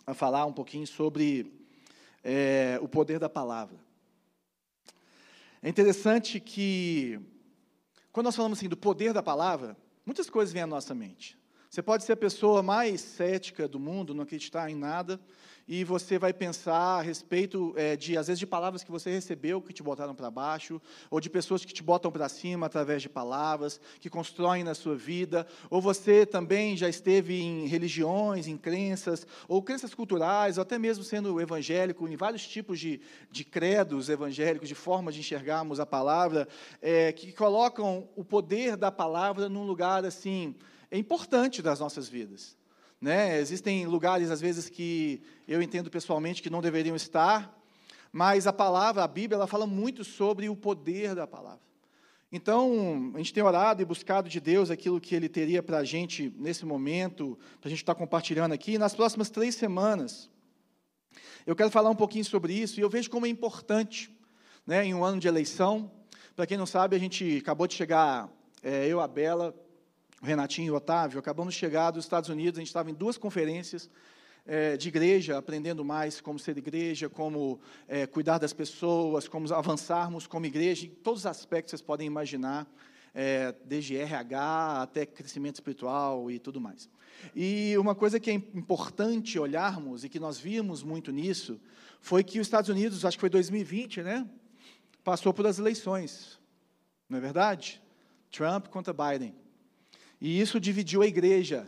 a falar um pouquinho sobre o poder da palavra. É interessante que, quando nós falamos assim do poder da palavra, muitas coisas vêm à nossa mente. Você pode ser a pessoa mais cética do mundo, não acreditar em nada, e você vai pensar a respeito, às vezes, de palavras que você recebeu, que te botaram para baixo, ou de pessoas que te botam para cima através de palavras, que constroem na sua vida, ou você também já esteve em religiões, em crenças, ou crenças culturais, ou até mesmo sendo evangélico, em vários tipos de credos evangélicos, de formas de enxergarmos a palavra, que colocam o poder da palavra num lugar, assim, importante das nossas vidas. Né? Existem lugares, às vezes, que eu entendo pessoalmente que não deveriam estar, mas a palavra, a Bíblia, ela fala muito sobre o poder da palavra. Então, a gente tem orado e buscado de Deus aquilo que Ele teria para a gente nesse momento, para a gente estar compartilhando aqui. E nas próximas 3 semanas, eu quero falar um pouquinho sobre isso, e eu vejo como é importante, né, em um ano de eleição. Para quem não sabe, a gente acabou de chegar, eu, a Bela, o Renatinho e o Otávio, acabamos de chegar dos Estados Unidos. A gente estava em 2 conferências de igreja, aprendendo mais como ser igreja, como cuidar das pessoas, como avançarmos como igreja, em todos os aspectos que vocês podem imaginar, desde RH até crescimento espiritual e tudo mais. E uma coisa que é importante olharmos, e que nós vimos muito nisso, foi que os Estados Unidos, acho que foi 2020, né, passou por as eleições, não é verdade? Trump contra Biden. E isso dividiu a igreja,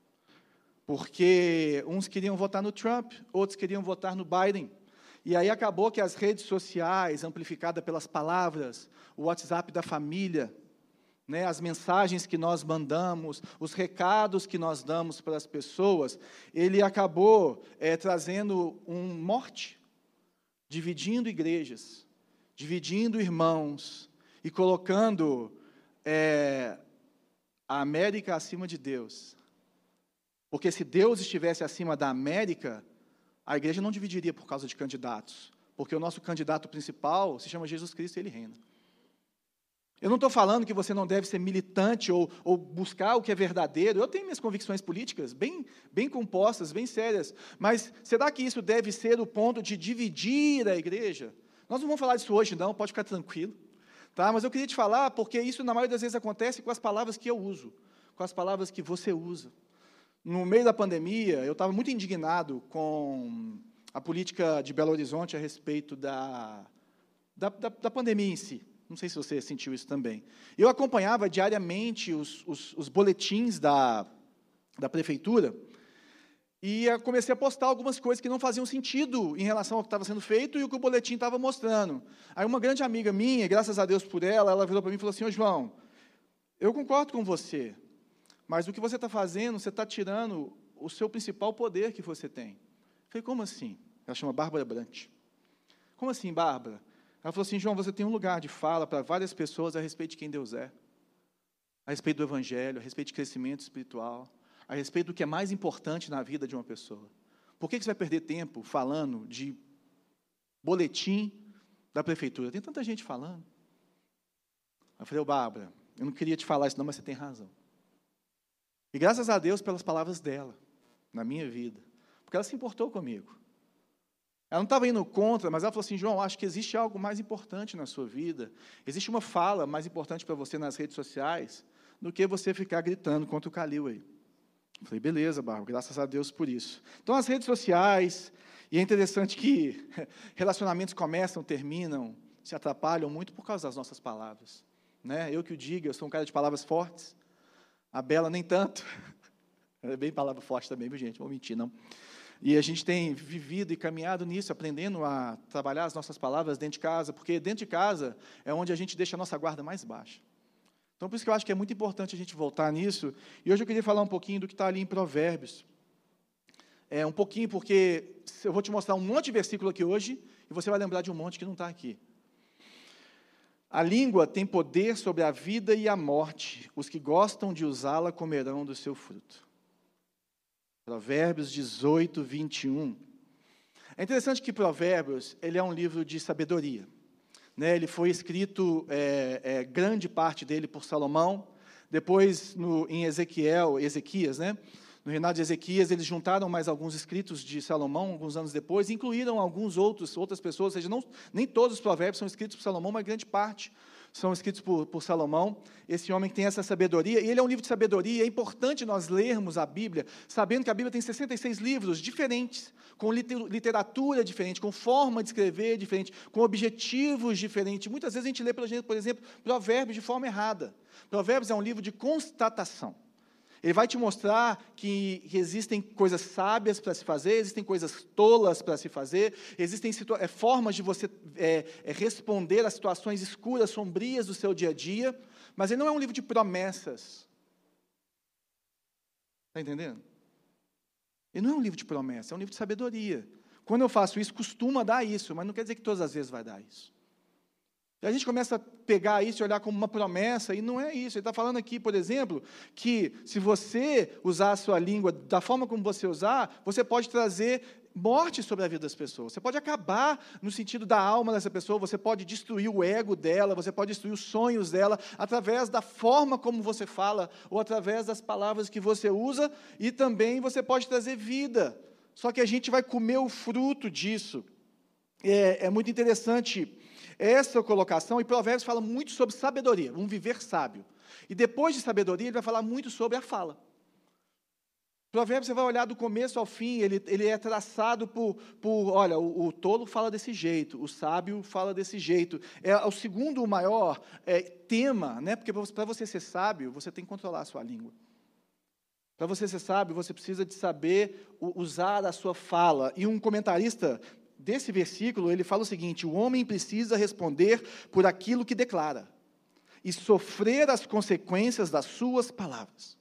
porque uns queriam votar no Trump, outros queriam votar no Biden. E aí acabou que as redes sociais, amplificadas pelas palavras, o WhatsApp da família, né, as mensagens que nós mandamos, os recados que nós damos para as pessoas, ele acabou trazendo morte, dividindo igrejas, dividindo irmãos, e colocando a América acima de Deus. Porque se Deus estivesse acima da América, a igreja não dividiria por causa de candidatos, porque o nosso candidato principal se chama Jesus Cristo e Ele reina. Eu não estou falando que você não deve ser militante ou buscar o que é verdadeiro. Eu tenho minhas convicções políticas bem compostas, bem sérias, mas será que isso deve ser o ponto de dividir a igreja? Nós não vamos falar disso hoje, não, pode ficar tranquilo. Tá? Mas eu queria te falar, porque isso na maioria das vezes acontece com as palavras que eu uso, com as palavras que você usa. No meio da pandemia, eu estava muito indignado com a política de Belo Horizonte a respeito da pandemia em si. Não sei se você sentiu isso também. Eu acompanhava diariamente os boletins da prefeitura, e eu comecei a postar algumas coisas que não faziam sentido em relação ao que estava sendo feito e o que o boletim estava mostrando. Aí uma grande amiga minha, graças a Deus por ela virou para mim e falou assim: ô João, eu concordo com você, mas o que você está fazendo, você está tirando o seu principal poder que você tem. Eu falei: como assim? Ela chama Bárbara Brant. Como assim, Bárbara? Ela falou assim: João, você tem um lugar de fala para várias pessoas a respeito de quem Deus é, a respeito do Evangelho, a respeito de crescimento espiritual, a respeito do que é mais importante na vida de uma pessoa. Por que você vai perder tempo falando de boletim da prefeitura? Tem tanta gente falando. Eu falei: Bárbara, eu não queria te falar isso não, mas você tem razão. E graças a Deus pelas palavras dela, na minha vida, porque ela se importou comigo. Ela não estava indo contra, mas ela falou assim: João, acho que existe algo mais importante na sua vida, existe uma fala mais importante para você nas redes sociais, do que você ficar gritando contra o Calil aí. Eu falei: beleza, Bárbara, graças a Deus por isso. Então, as redes sociais, e é interessante que relacionamentos começam, terminam, se atrapalham muito por causa das nossas palavras. Né? Eu que o diga, eu sou um cara de palavras fortes, a Bela nem tanto. Ela é bem palavra forte também, viu, gente? Não vou mentir, não. E a gente tem vivido e caminhado nisso, aprendendo a trabalhar as nossas palavras dentro de casa, porque dentro de casa é onde a gente deixa a nossa guarda mais baixa. Então, por isso que eu acho que é muito importante a gente voltar nisso. E hoje eu queria falar um pouquinho do que está ali em Provérbios. Um pouquinho, porque eu vou te mostrar um monte de versículo aqui hoje, e você vai lembrar de um monte que não está aqui. A língua tem poder sobre a vida e a morte. Os que gostam de usá-la comerão do seu fruto. Provérbios 18, 21. É interessante que Provérbios, ele é um livro de sabedoria. Né, ele foi escrito, grande parte dele por Salomão, depois em Ezequias, né, No reinado de Ezequias, eles juntaram mais alguns escritos de Salomão, alguns anos depois, e incluíram outras pessoas, ou seja, nem todos os provérbios são escritos por Salomão, mas grande parte são escritos por Salomão, esse homem que tem essa sabedoria, e ele é um livro de sabedoria. É importante nós lermos a Bíblia, sabendo que a Bíblia tem 66 livros diferentes, com literatura diferente, com forma de escrever diferente, com objetivos diferentes. Muitas vezes a gente lê, por exemplo, Provérbios de forma errada. Provérbios é um livro de constatação. Ele vai te mostrar que existem coisas sábias para se fazer, existem coisas tolas para se fazer, existem formas de você responder a situações escuras, sombrias do seu dia a dia, mas ele não é um livro de promessas. Está entendendo? Ele não é um livro de promessas, é um livro de sabedoria. Quando eu faço isso, costuma dar isso, mas não quer dizer que todas as vezes vai dar isso. E a gente começa a pegar isso e olhar como uma promessa, e não é isso. Ele está falando aqui, por exemplo, que se você usar a sua língua da forma como você usar, você pode trazer morte sobre a vida das pessoas. Você pode acabar no sentido da alma dessa pessoa, você pode destruir o ego dela, você pode destruir os sonhos dela, através da forma como você fala, ou através das palavras que você usa, e também você pode trazer vida. Só que a gente vai comer o fruto disso. É muito interessante essa colocação, e Provérbios fala muito sobre sabedoria, um viver sábio. E depois de sabedoria, ele vai falar muito sobre a fala. Provérbios, você vai olhar do começo ao fim, ele é traçado olha, o tolo fala desse jeito, o sábio fala desse jeito. É o segundo maior tema, né? Porque para você ser sábio, você tem que controlar a sua língua. Para você ser sábio, você precisa de saber usar a sua fala. E um comentarista desse versículo, ele fala o seguinte: o homem precisa responder por aquilo que declara e sofrer as consequências das suas palavras.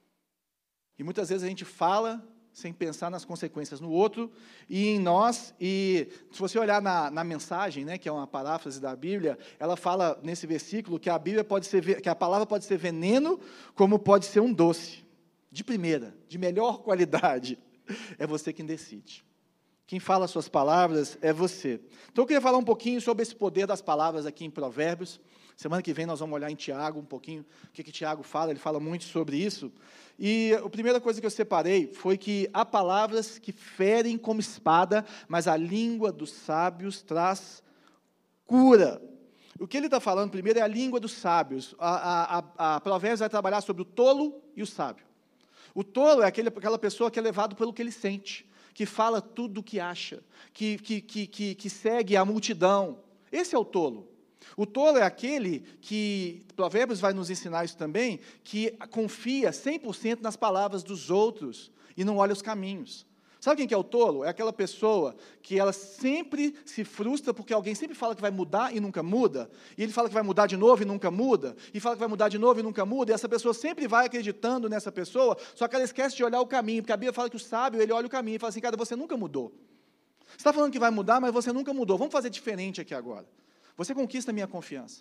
E muitas vezes a gente fala sem pensar nas consequências no outro e em nós. E se você olhar na mensagem, né, que é uma paráfrase da Bíblia, ela fala nesse versículo que que a palavra pode ser veneno, como pode ser um doce, de primeira, de melhor qualidade. É você quem decide. Quem fala as suas palavras é você. Então eu queria falar um pouquinho sobre esse poder das palavras aqui em Provérbios. Semana que vem nós vamos olhar em Tiago um pouquinho, o que Tiago fala, ele fala muito sobre isso. E a primeira coisa que eu separei foi que há palavras que ferem como espada, mas a língua dos sábios traz cura. O que ele está falando primeiro é a língua dos sábios. A Provérbios vai trabalhar sobre o tolo e o sábio. O tolo é aquela pessoa que é levado pelo que ele sente, que fala tudo o que acha, que segue a multidão. Esse é o tolo. O tolo é aquele que, Provérbios vai nos ensinar isso também, que confia 100% nas palavras dos outros e não olha os caminhos. Sabe quem que é o tolo? É aquela pessoa que ela sempre se frustra porque alguém sempre fala que vai mudar e nunca muda, e ele fala que vai mudar de novo e nunca muda, e fala que vai mudar de novo e nunca muda, e essa pessoa sempre vai acreditando nessa pessoa, só que ela esquece de olhar o caminho, porque a Bíblia fala que o sábio, ele olha o caminho e fala assim: cara, você nunca mudou. Você está falando que vai mudar, mas você nunca mudou. Vamos fazer diferente aqui agora. Você conquista a minha confiança.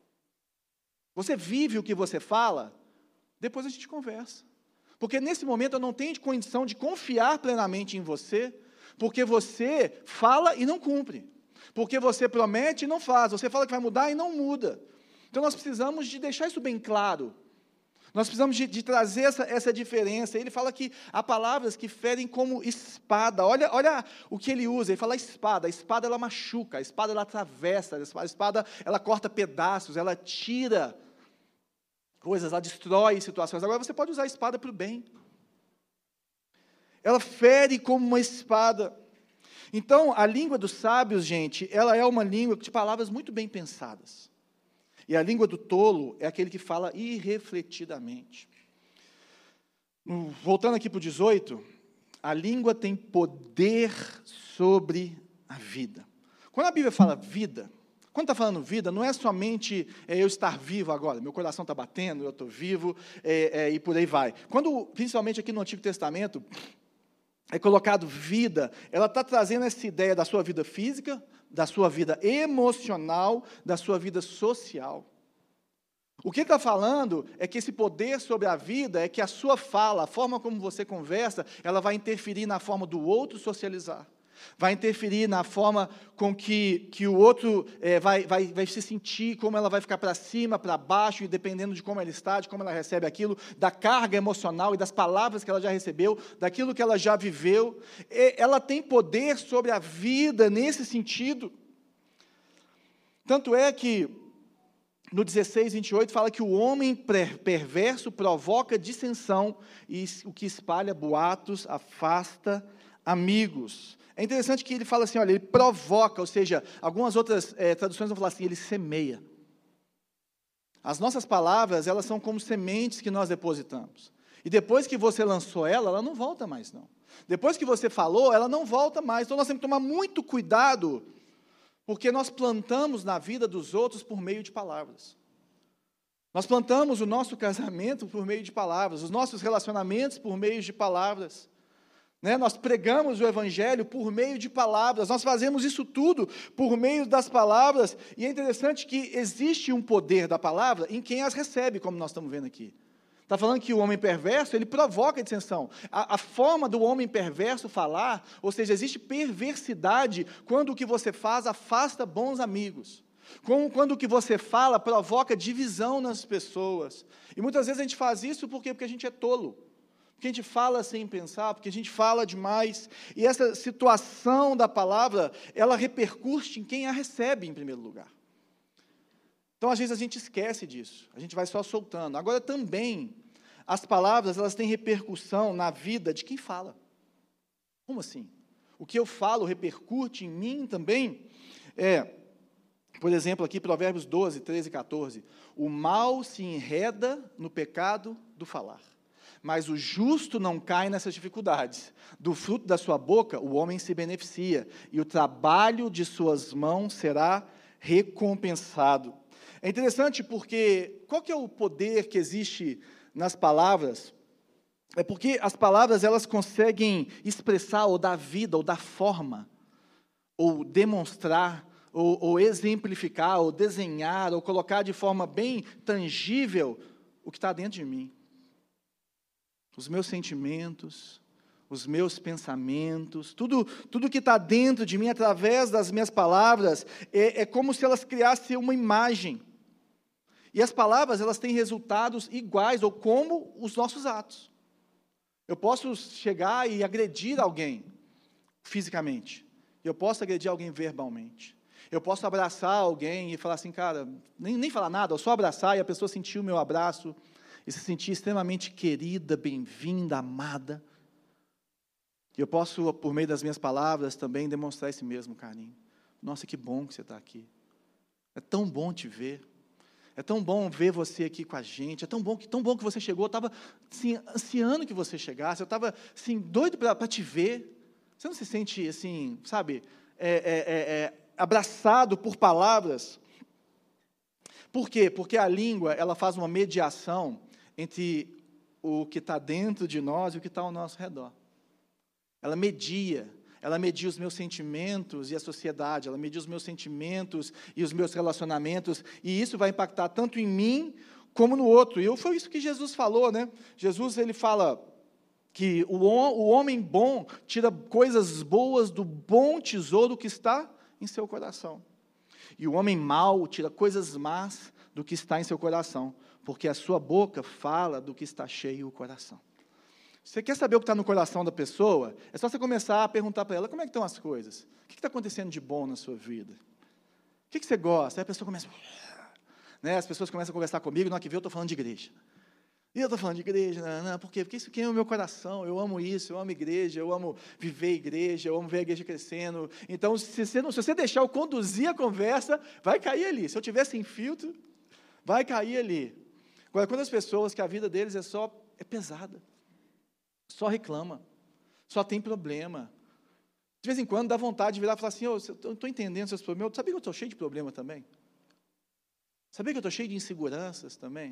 Você vive o que você fala, depois a gente conversa. Porque nesse momento eu não tenho condição de confiar plenamente em você, porque você fala e não cumpre. Porque você promete e não faz. Você fala que vai mudar e não muda. Então nós precisamos de deixar isso bem claro. Nós precisamos de trazer essa diferença. Ele fala que há palavras que ferem como espada. Olha o que ele usa. Ele fala espada. A espada, ela machuca. A espada, ela atravessa. A espada, ela corta pedaços. Ela tira coisas. Ela destrói situações. Agora, você pode usar a espada para o bem. Ela fere como uma espada. Então, a língua dos sábios, gente, ela é uma língua de palavras muito bem pensadas. E a língua do tolo é aquele que fala irrefletidamente. Voltando aqui para o 18, a língua tem poder sobre a vida. Quando a Bíblia fala vida, quando está falando vida, não é somente eu estar vivo agora, meu coração está batendo, eu estou vivo, e por aí vai. Quando, principalmente aqui no Antigo Testamento, é colocado vida, ela está trazendo essa ideia da sua vida física, da sua vida emocional, da sua vida social. O que ele está falando é que esse poder sobre a vida é que a sua fala, a forma como você conversa, ela vai interferir na forma do outro socializar. vai interferir na forma com que o outro vai se sentir, como ela vai ficar para cima, para baixo, e dependendo de como ela está, de como ela recebe aquilo, da carga emocional e das palavras que ela já recebeu, daquilo que ela já viveu. Ela tem poder sobre a vida nesse sentido. Tanto é que, no 16:28, fala que o homem perverso provoca dissensão, e o que espalha boatos afasta amigos. É interessante que ele fala assim, olha, ele provoca, ou seja, algumas outras traduções vão falar assim, ele semeia. As nossas palavras, elas são como sementes que nós depositamos. E depois que você lançou ela não volta mais, não. Depois que você falou, ela não volta mais. Então, nós temos que tomar muito cuidado, porque nós plantamos na vida dos outros por meio de palavras. Nós plantamos o nosso casamento por meio de palavras, os nossos relacionamentos por meio de palavras. Nós pregamos o Evangelho por meio de palavras, nós fazemos isso tudo por meio das palavras, e é interessante que existe um poder da palavra em quem as recebe, como nós estamos vendo aqui. Está falando que o homem perverso, ele provoca dissensão. A forma do homem perverso falar, ou seja, existe perversidade quando o que você faz afasta bons amigos. Quando o que você fala provoca divisão nas pessoas. E muitas vezes a gente faz isso porque a gente é tolo. Porque a gente fala sem pensar, porque a gente fala demais. E essa situação da palavra, ela repercute em quem a recebe em primeiro lugar. Então, às vezes, a gente esquece disso. A gente vai só soltando. Agora, também, as palavras, elas têm repercussão na vida de quem fala. Como assim? O que eu falo repercute em mim também? Por exemplo, aqui, Provérbios 12, 13 e 14. O mal se enreda no pecado do falar. Mas o justo não cai nessas dificuldades. Do fruto da sua boca, o homem se beneficia, e o trabalho de suas mãos será recompensado. É interessante porque, qual que é o poder que existe nas palavras? É porque as palavras, elas conseguem expressar, ou dar vida, ou dar forma, ou demonstrar, ou exemplificar, ou desenhar, ou colocar de forma bem tangível o que está dentro de mim. Os meus sentimentos, os meus pensamentos, tudo que está dentro de mim, através das minhas palavras, é como se elas criassem uma imagem. E as palavras, elas têm resultados iguais, ou como os nossos atos. Eu posso chegar e agredir alguém fisicamente. Eu posso agredir alguém verbalmente. Eu posso abraçar alguém e falar assim, cara, nem falar nada, eu só abraçar e a pessoa sentir o meu abraço e se sentir extremamente querida, bem-vinda, amada. E eu posso, por meio das minhas palavras, também demonstrar esse mesmo carinho. Nossa, que bom que você está aqui. É tão bom te ver. É tão bom ver você aqui com a gente. É tão bom que você chegou. Eu estava assim, ansiando que você chegasse. Eu estava assim, doido para te ver. Você não se sente assim, sabe, abraçado por palavras? Por quê? Porque a língua, ela faz uma mediação entre o que está dentro de nós e o que está ao nosso redor. Ela media os meus sentimentos e a sociedade, ela media os meus sentimentos e os meus relacionamentos, e isso vai impactar tanto em mim como no outro. E foi isso que Jesus falou, né? Jesus, ele fala que o homem bom tira coisas boas do bom tesouro que está em seu coração. E o homem mau tira coisas más do que está em seu coração, porque a sua boca fala do que está cheio o coração. Você quer saber o que está no coração da pessoa? É só você começar a perguntar para ela, como é que estão as coisas? O que está acontecendo de bom na sua vida? O que você gosta? Aí a pessoa começa... As pessoas começam a conversar comigo, na hora que vê eu estou falando de igreja. E eu estou falando de igreja, por quê? Porque isso aqui é o meu coração, eu amo isso, eu amo igreja, eu amo viver igreja, eu amo ver a igreja crescendo. Então, se você deixar eu conduzir a conversa, vai cair ali. Se eu tiver sem filtro, vai cair ali. Agora, quando as pessoas, que a vida deles é pesada, só reclama, só tem problema. De vez em quando dá vontade de virar e falar assim, eu não estou entendendo seus problemas. Sabia que eu estou cheio de problema também? Sabia que eu estou cheio de inseguranças também?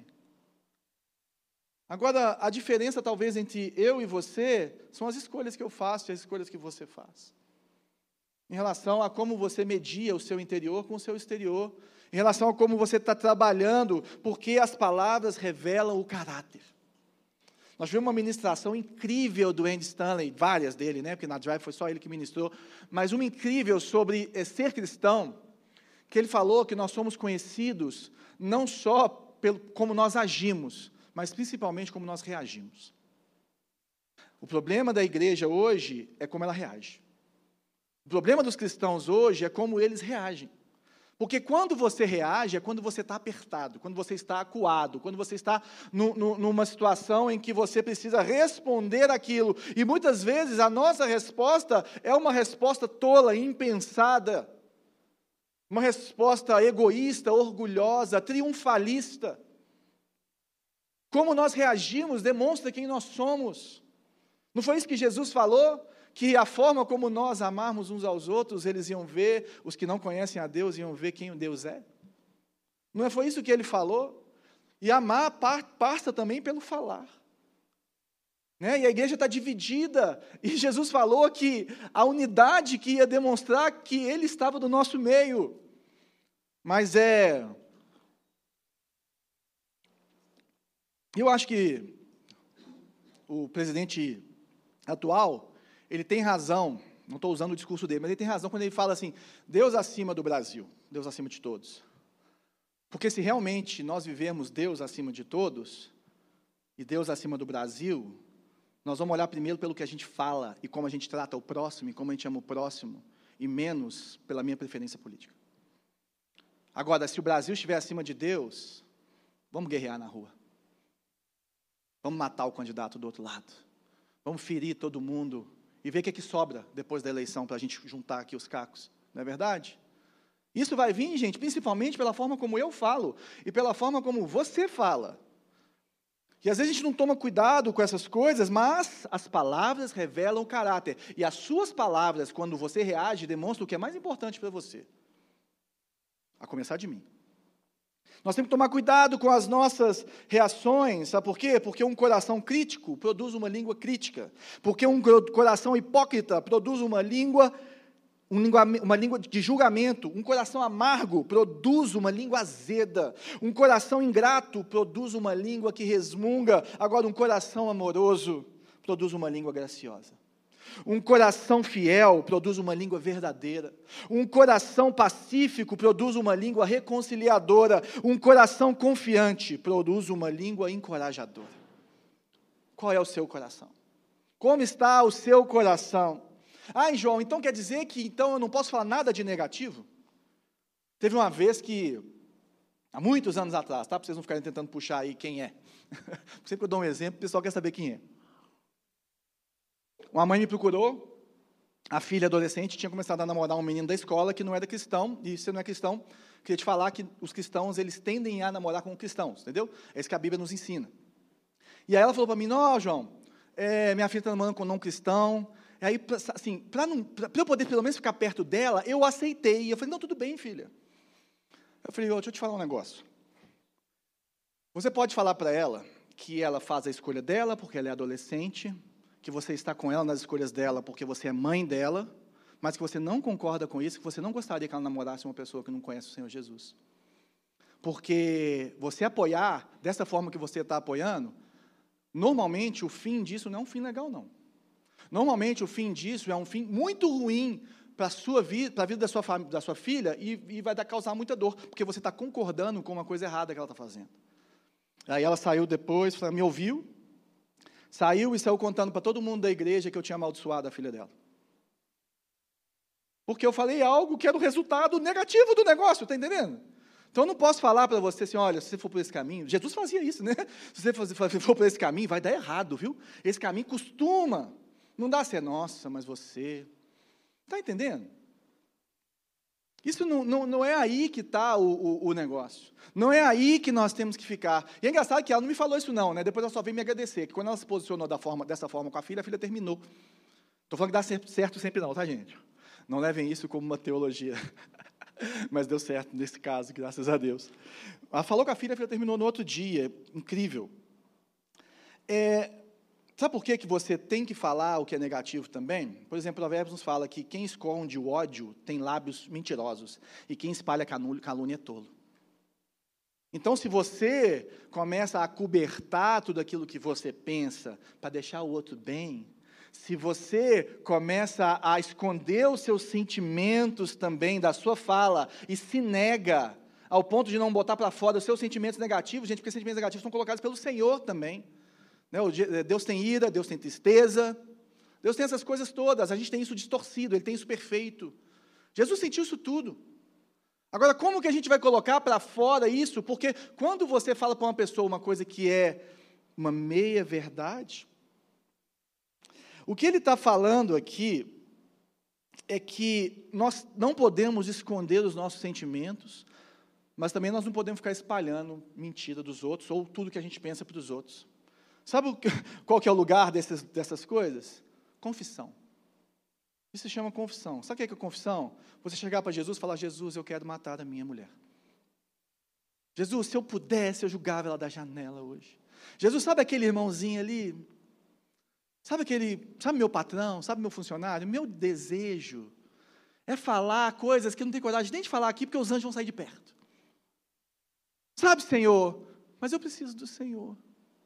Agora, a diferença talvez entre eu e você são as escolhas que eu faço e as escolhas que você faz. Em relação a como você media o seu interior com o seu exterior, em relação a como você está trabalhando, porque as palavras revelam o caráter. Nós tivemos uma ministração incrível do Andy Stanley, várias dele, né? Porque na Drive foi só ele que ministrou, mas uma incrível sobre ser cristão, que ele falou que nós somos conhecidos não só pelo como nós agimos, mas principalmente como nós reagimos. O problema da igreja hoje é como ela reage. O problema dos cristãos hoje é como eles reagem. Porque quando você reage é quando você está apertado, quando você está acuado, quando você está numa situação em que você precisa responder aquilo. E muitas vezes a nossa resposta é uma resposta tola, impensada. Uma resposta egoísta, orgulhosa, triunfalista. Como nós reagimos demonstra quem nós somos. Não foi isso que Jesus falou? Que a forma como nós amarmos uns aos outros, eles iam ver, os que não conhecem a Deus, iam ver quem Deus é? Não foi isso que ele falou? E amar passa também pelo falar. Né? E a igreja está dividida, e Jesus falou que a unidade que ia demonstrar que ele estava do nosso meio. Mas eu acho que o presidente atual, ele tem razão, não estou usando o discurso dele, mas ele tem razão quando ele fala assim, Deus acima do Brasil, Deus acima de todos. Porque se realmente nós vivemos Deus acima de todos, e Deus acima do Brasil, nós vamos olhar primeiro pelo que a gente fala, e como a gente trata o próximo, e como a gente ama o próximo, e menos pela minha preferência política. Agora, se o Brasil estiver acima de Deus, vamos guerrear na rua. Vamos matar o candidato do outro lado. Vamos ferir todo mundo e ver o que sobra depois da eleição para a gente juntar aqui os cacos. Não é verdade? Isso vai vir, gente, principalmente pela forma como eu falo e pela forma como você fala. E às vezes a gente não toma cuidado com essas coisas, mas as palavras revelam o caráter. E as suas palavras, quando você reage, demonstram o que é mais importante para você. A começar de mim. Nós temos que tomar cuidado com as nossas reações, sabe por quê? Porque um coração crítico produz uma língua crítica. Porque um coração hipócrita produz uma língua de julgamento. Um coração amargo produz uma língua azeda. Um coração ingrato produz uma língua que resmunga. Agora, um coração amoroso produz uma língua graciosa. Um coração fiel produz uma língua verdadeira. Um coração pacífico produz uma língua reconciliadora. Um coração confiante produz uma língua encorajadora. Qual é o seu coração? Como está o seu coração? João, então quer dizer que então eu não posso falar nada de negativo? Teve uma vez que, há muitos anos atrás, tá? Para vocês não ficarem tentando puxar aí quem é. Sempre eu dou um exemplo, o pessoal quer saber quem é. Uma mãe me procurou, a filha adolescente tinha começado a namorar um menino da escola que não era cristão, e se não é cristão, queria te falar que os cristãos, eles tendem a namorar com cristãos, entendeu? É isso que a Bíblia nos ensina. E aí ela falou para mim, não, João, minha filha está namorando com um não cristão, e aí, assim, para eu poder pelo menos ficar perto dela, eu aceitei, e eu falei, não, tudo bem, filha. Eu falei, deixa eu te falar um negócio. Você pode falar para ela que ela faz a escolha dela, porque ela é adolescente, que você está com ela nas escolhas dela porque você é mãe dela, mas que você não concorda com isso, que você não gostaria que ela namorasse uma pessoa que não conhece o Senhor Jesus. Porque você apoiar dessa forma que você está apoiando, normalmente o fim disso não é um fim legal, não. Normalmente o fim disso é um fim muito ruim para a sua vida, para a vida da sua filha, e vai causar muita dor, porque você está concordando com uma coisa errada que ela está fazendo. Aí ela saiu depois, me ouviu, saiu e saiu contando para todo mundo da igreja que eu tinha amaldiçoado a filha dela. Porque eu falei algo que era o resultado negativo do negócio, está entendendo? Então eu não posso falar para você assim, olha, se você for por esse caminho, Jesus fazia isso, né? Se você for por esse caminho, vai dar errado, viu? Esse caminho costuma, não dá certo, nossa, mas você, está entendendo? Isso não é aí que está o negócio. Não é aí que nós temos que ficar. E é engraçado que ela não me falou isso não, né? Depois ela só veio me agradecer, que quando ela se posicionou dessa forma com a filha terminou. Estou falando que dá certo sempre não, tá, gente? Não levem isso como uma teologia. Mas deu certo nesse caso, graças a Deus. Ela falou com a filha terminou no outro dia. Incrível. Sabe por que você tem que falar o que é negativo também? Por exemplo, Provérbios nos fala que quem esconde o ódio tem lábios mentirosos, e quem espalha calúnia é tolo. Então, se você começa a acobertar tudo aquilo que você pensa para deixar o outro bem, se você começa a esconder os seus sentimentos também da sua fala e se nega ao ponto de não botar para fora os seus sentimentos negativos, gente, porque sentimentos negativos são colocados pelo Senhor também. Deus tem ira, Deus tem tristeza, Deus tem essas coisas todas, a gente tem isso distorcido, Ele tem isso perfeito. Jesus sentiu isso tudo. Agora, como que a gente vai colocar para fora isso? Porque quando você fala para uma pessoa uma coisa que é uma meia-verdade, o que ele está falando aqui é que nós não podemos esconder os nossos sentimentos, mas também nós não podemos ficar espalhando mentira dos outros, ou tudo que a gente pensa para os outros. Sabe qual que é o lugar dessas coisas? Confissão. Isso se chama confissão. Sabe o que é confissão? Você chegar para Jesus e falar: Jesus, eu quero matar a minha mulher. Jesus, se eu pudesse, eu julgava ela da janela hoje. Jesus, sabe aquele irmãozinho ali? Sabe meu patrão? Sabe meu funcionário? Meu desejo é falar coisas que eu não tenho coragem nem de falar aqui, porque os anjos vão sair de perto. Sabe, Senhor? Mas eu preciso do Senhor.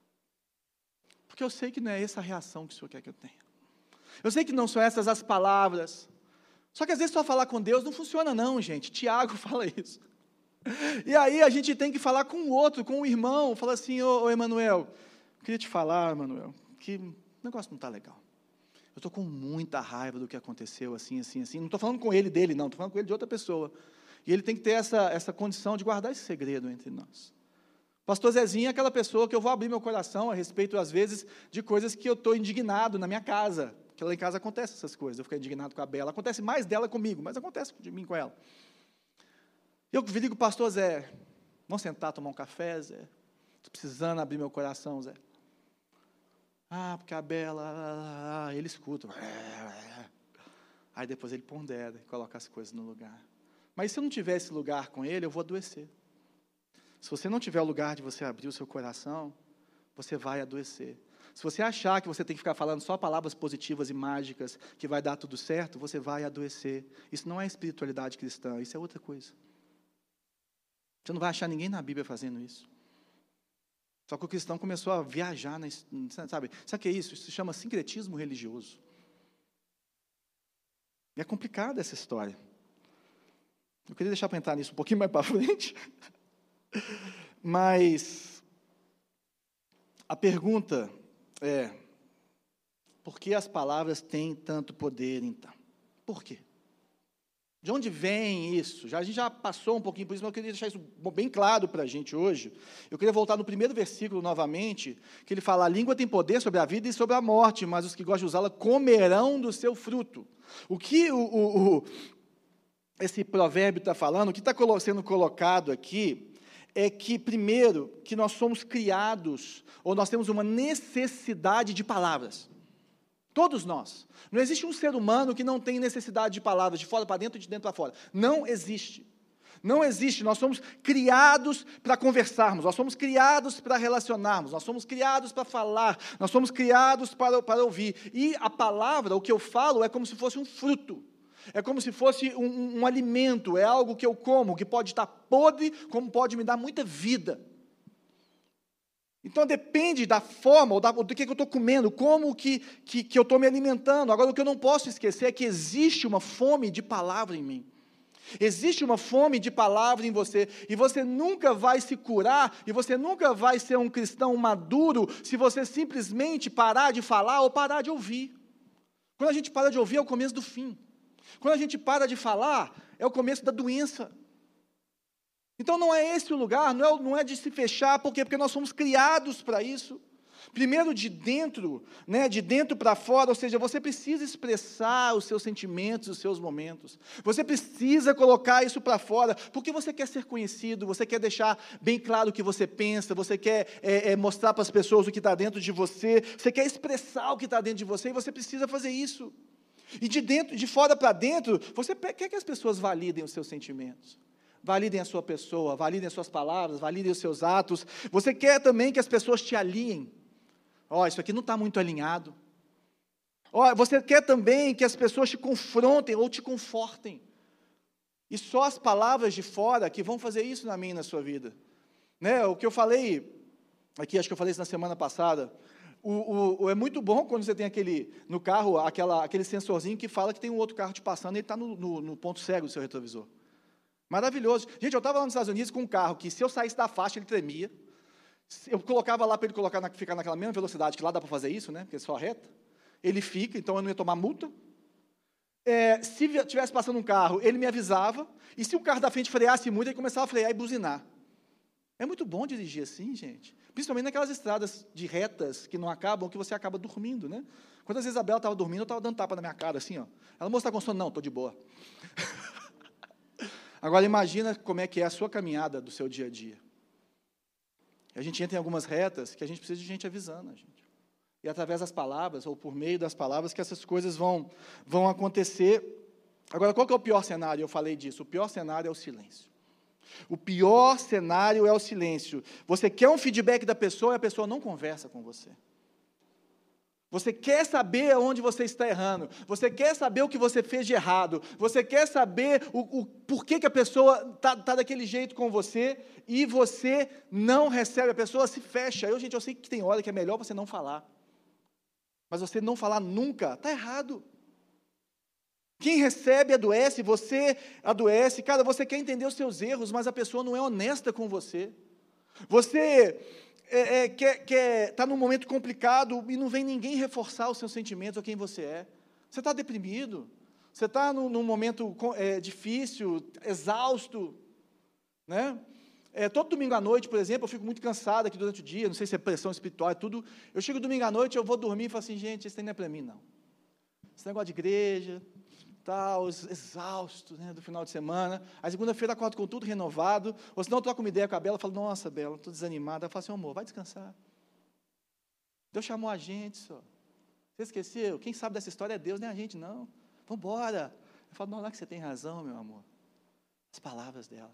Porque eu sei que não é essa a reação que o Senhor quer que eu tenha. Eu sei que não são essas as palavras. Só que às vezes só falar com Deus não funciona não, gente. Tiago fala isso. E aí a gente tem que falar com o outro, com o irmão. Fala assim: ô Emanuel, eu queria te falar, Emanuel, que o negócio não está legal. Eu estou com muita raiva do que aconteceu, assim. Não estou falando com ele dele, não. Estou falando com ele de outra pessoa. E ele tem que ter essa condição de guardar esse segredo entre nós. Pastor Zezinho é aquela pessoa que eu vou abrir meu coração a respeito, às vezes, de coisas que eu estou indignado na minha casa. Porque lá em casa acontece essas coisas. Eu fico indignado com a Bela. Acontece mais dela comigo, mas acontece de mim com ela. Eu digo: pastor Zé, vamos sentar, tomar um café, Zé? Estou precisando abrir meu coração, Zé. Porque a Bela, ele escuta. Aí depois ele pondera e coloca as coisas no lugar. Mas se eu não tiver esse lugar com ele, eu vou adoecer. Se você não tiver o lugar de você abrir o seu coração, você vai adoecer. Se você achar que você tem que ficar falando só palavras positivas e mágicas, que vai dar tudo certo, você vai adoecer. Isso não é espiritualidade cristã, isso é outra coisa. Você não vai achar ninguém na Bíblia fazendo isso. Só que o cristão começou a viajar, sabe o que é isso? Isso se chama sincretismo religioso. E é complicada essa história. Eu queria deixar para entrar nisso um pouquinho mais para frente. Mas a pergunta é: por que as palavras têm tanto poder, então? Por quê? De onde vem isso? A gente já passou um pouquinho por isso, mas eu queria deixar isso bem claro para a gente hoje. Eu queria voltar no primeiro versículo novamente, que ele fala: a língua tem poder sobre a vida e sobre a morte, mas os que gostam de usá-la comerão do seu fruto. O que esse provérbio está falando, o que está sendo colocado aqui, é que, primeiro, que nós somos criados, ou nós temos uma necessidade de palavras. Todos nós. Não existe um ser humano que não tem necessidade de palavras, de fora para dentro e de dentro para fora. Não existe. Não existe. Nós somos criados para conversarmos, nós somos criados para relacionarmos, nós somos criados para falar, nós somos criados para ouvir. E a palavra, o que eu falo, é como se fosse um fruto. É como se fosse um alimento, é algo que eu como, que pode estar podre, como pode me dar muita vida. Então depende da forma, ou do que eu estou comendo, como que eu estou me alimentando. Agora, o que eu não posso esquecer é que existe uma fome de palavra em mim. Existe uma fome de palavra em você, e você nunca vai se curar, e você nunca vai ser um cristão maduro, se você simplesmente parar de falar ou parar de ouvir. Quando a gente para de ouvir, é o começo do fim. Quando a gente para de falar, é o começo da doença. Então não é esse o lugar, não é de se fechar, por quê? Porque nós somos criados para isso. Primeiro de dentro para fora, ou seja, você precisa expressar os seus sentimentos, os seus momentos. Você precisa colocar isso para fora, porque você quer ser conhecido, você quer deixar bem claro o que você pensa, você quer mostrar para as pessoas o que está dentro de você, você quer expressar o que está dentro de você, e você precisa fazer isso. E de fora para dentro, você quer que as pessoas validem os seus sentimentos, validem a sua pessoa, validem as suas palavras, validem os seus atos. Você quer também que as pessoas te aliem. Isso aqui não está muito alinhado. Você quer também que as pessoas te confrontem ou te confortem. E só as palavras de fora que vão fazer isso na minha e na sua vida. Né, o que eu falei aqui, acho que eu falei isso na semana passada, é muito bom quando você tem no carro, aquele sensorzinho que fala que tem um outro carro te passando e ele está no ponto cego do seu retrovisor. Maravilhoso. Gente, eu estava lá nos Estados Unidos com um carro que, se eu saísse da faixa, ele tremia. Eu colocava lá para ele ficar naquela mesma velocidade, que lá dá para fazer isso, né? Porque é só reta. Ele fica, então eu não ia tomar multa. Se estivesse passando um carro, ele me avisava. E se o carro da frente freasse muito, ele começava a frear e buzinar. É muito bom dirigir assim, gente. Principalmente naquelas estradas de retas que não acabam, que você acaba dormindo, né? Quantas vezes a Bela estava dormindo, eu estava dando tapa na minha cara, assim, ó. Ela, moça, está com sono? Não, estou de boa. Agora, imagina como é que é a sua caminhada do seu dia a dia. A gente entra em algumas retas que a gente precisa de gente avisando a gente. E através das palavras, ou por meio das palavras, que essas coisas vão acontecer. Agora, qual que é o pior cenário? Eu falei disso. O pior cenário é o silêncio. O pior cenário é o silêncio. Você quer um feedback da pessoa e a pessoa não conversa com você. Você quer saber onde você está errando. Você quer saber o que você fez de errado. Você quer saber o porquê que a pessoa está daquele jeito com você e você não recebe. A pessoa se fecha. Eu sei que tem hora que é melhor você não falar. Mas você não falar nunca, está errado. Quem recebe adoece, você adoece. Cara, você quer entender os seus erros, mas a pessoa não é honesta com você. Você está num momento complicado e não vem ninguém reforçar os seus sentimentos ou quem você é. Você está deprimido. Você está num momento difícil, exausto. Né? Todo domingo à noite, por exemplo, eu fico muito cansado aqui durante o dia, não sei se é pressão espiritual, é tudo. Eu chego domingo à noite, eu vou dormir e falo assim, gente, isso não é para mim, não. Esse negócio de igreja, tal, exausto, né, do final de semana. Aí segunda-feira acordo com tudo renovado, ou senão eu troco uma ideia com a Bela, falo, nossa, Bela, estou desanimada. Ela fala assim, amor, vai descansar. Deus chamou a gente só. Você esqueceu? Quem sabe dessa história é Deus, nem a gente, não. Vamos embora. Eu falo, não é que você tem razão, meu amor. As palavras dela.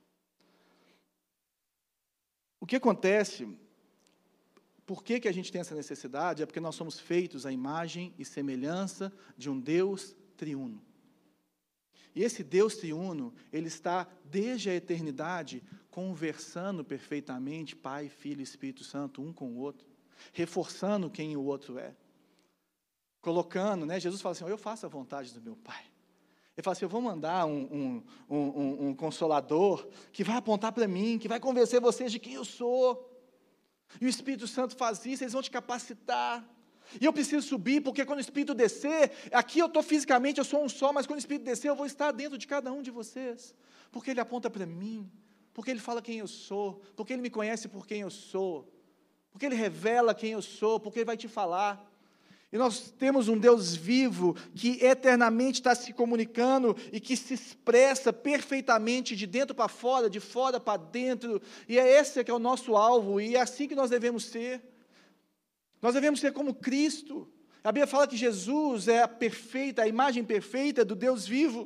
O que acontece, por que a gente tem essa necessidade? É porque nós somos feitos à imagem e semelhança de um Deus triuno. E esse Deus triuno, ele está desde a eternidade conversando perfeitamente, Pai, Filho e Espírito Santo, um com o outro, reforçando quem o outro é. Colocando, né? Jesus fala assim, eu faço a vontade do meu Pai. Ele fala assim, eu vou mandar um consolador que vai apontar para mim, que vai convencer vocês de quem eu sou. E o Espírito Santo faz isso, eles vão te capacitar. E eu preciso subir, porque quando o Espírito descer, aqui eu estou fisicamente, eu sou um só, mas quando o Espírito descer, eu vou estar dentro de cada um de vocês. Porque ele aponta para mim, porque ele fala quem eu sou, porque ele me conhece por quem eu sou, porque ele revela quem eu sou, porque ele vai te falar. E nós temos um Deus vivo, que eternamente está se comunicando e que se expressa perfeitamente de dentro para fora, de fora para dentro, e é esse que é o nosso alvo, e é assim que nós devemos ser. Nós devemos ser como Cristo. A Bíblia fala que Jesus é a imagem perfeita do Deus vivo.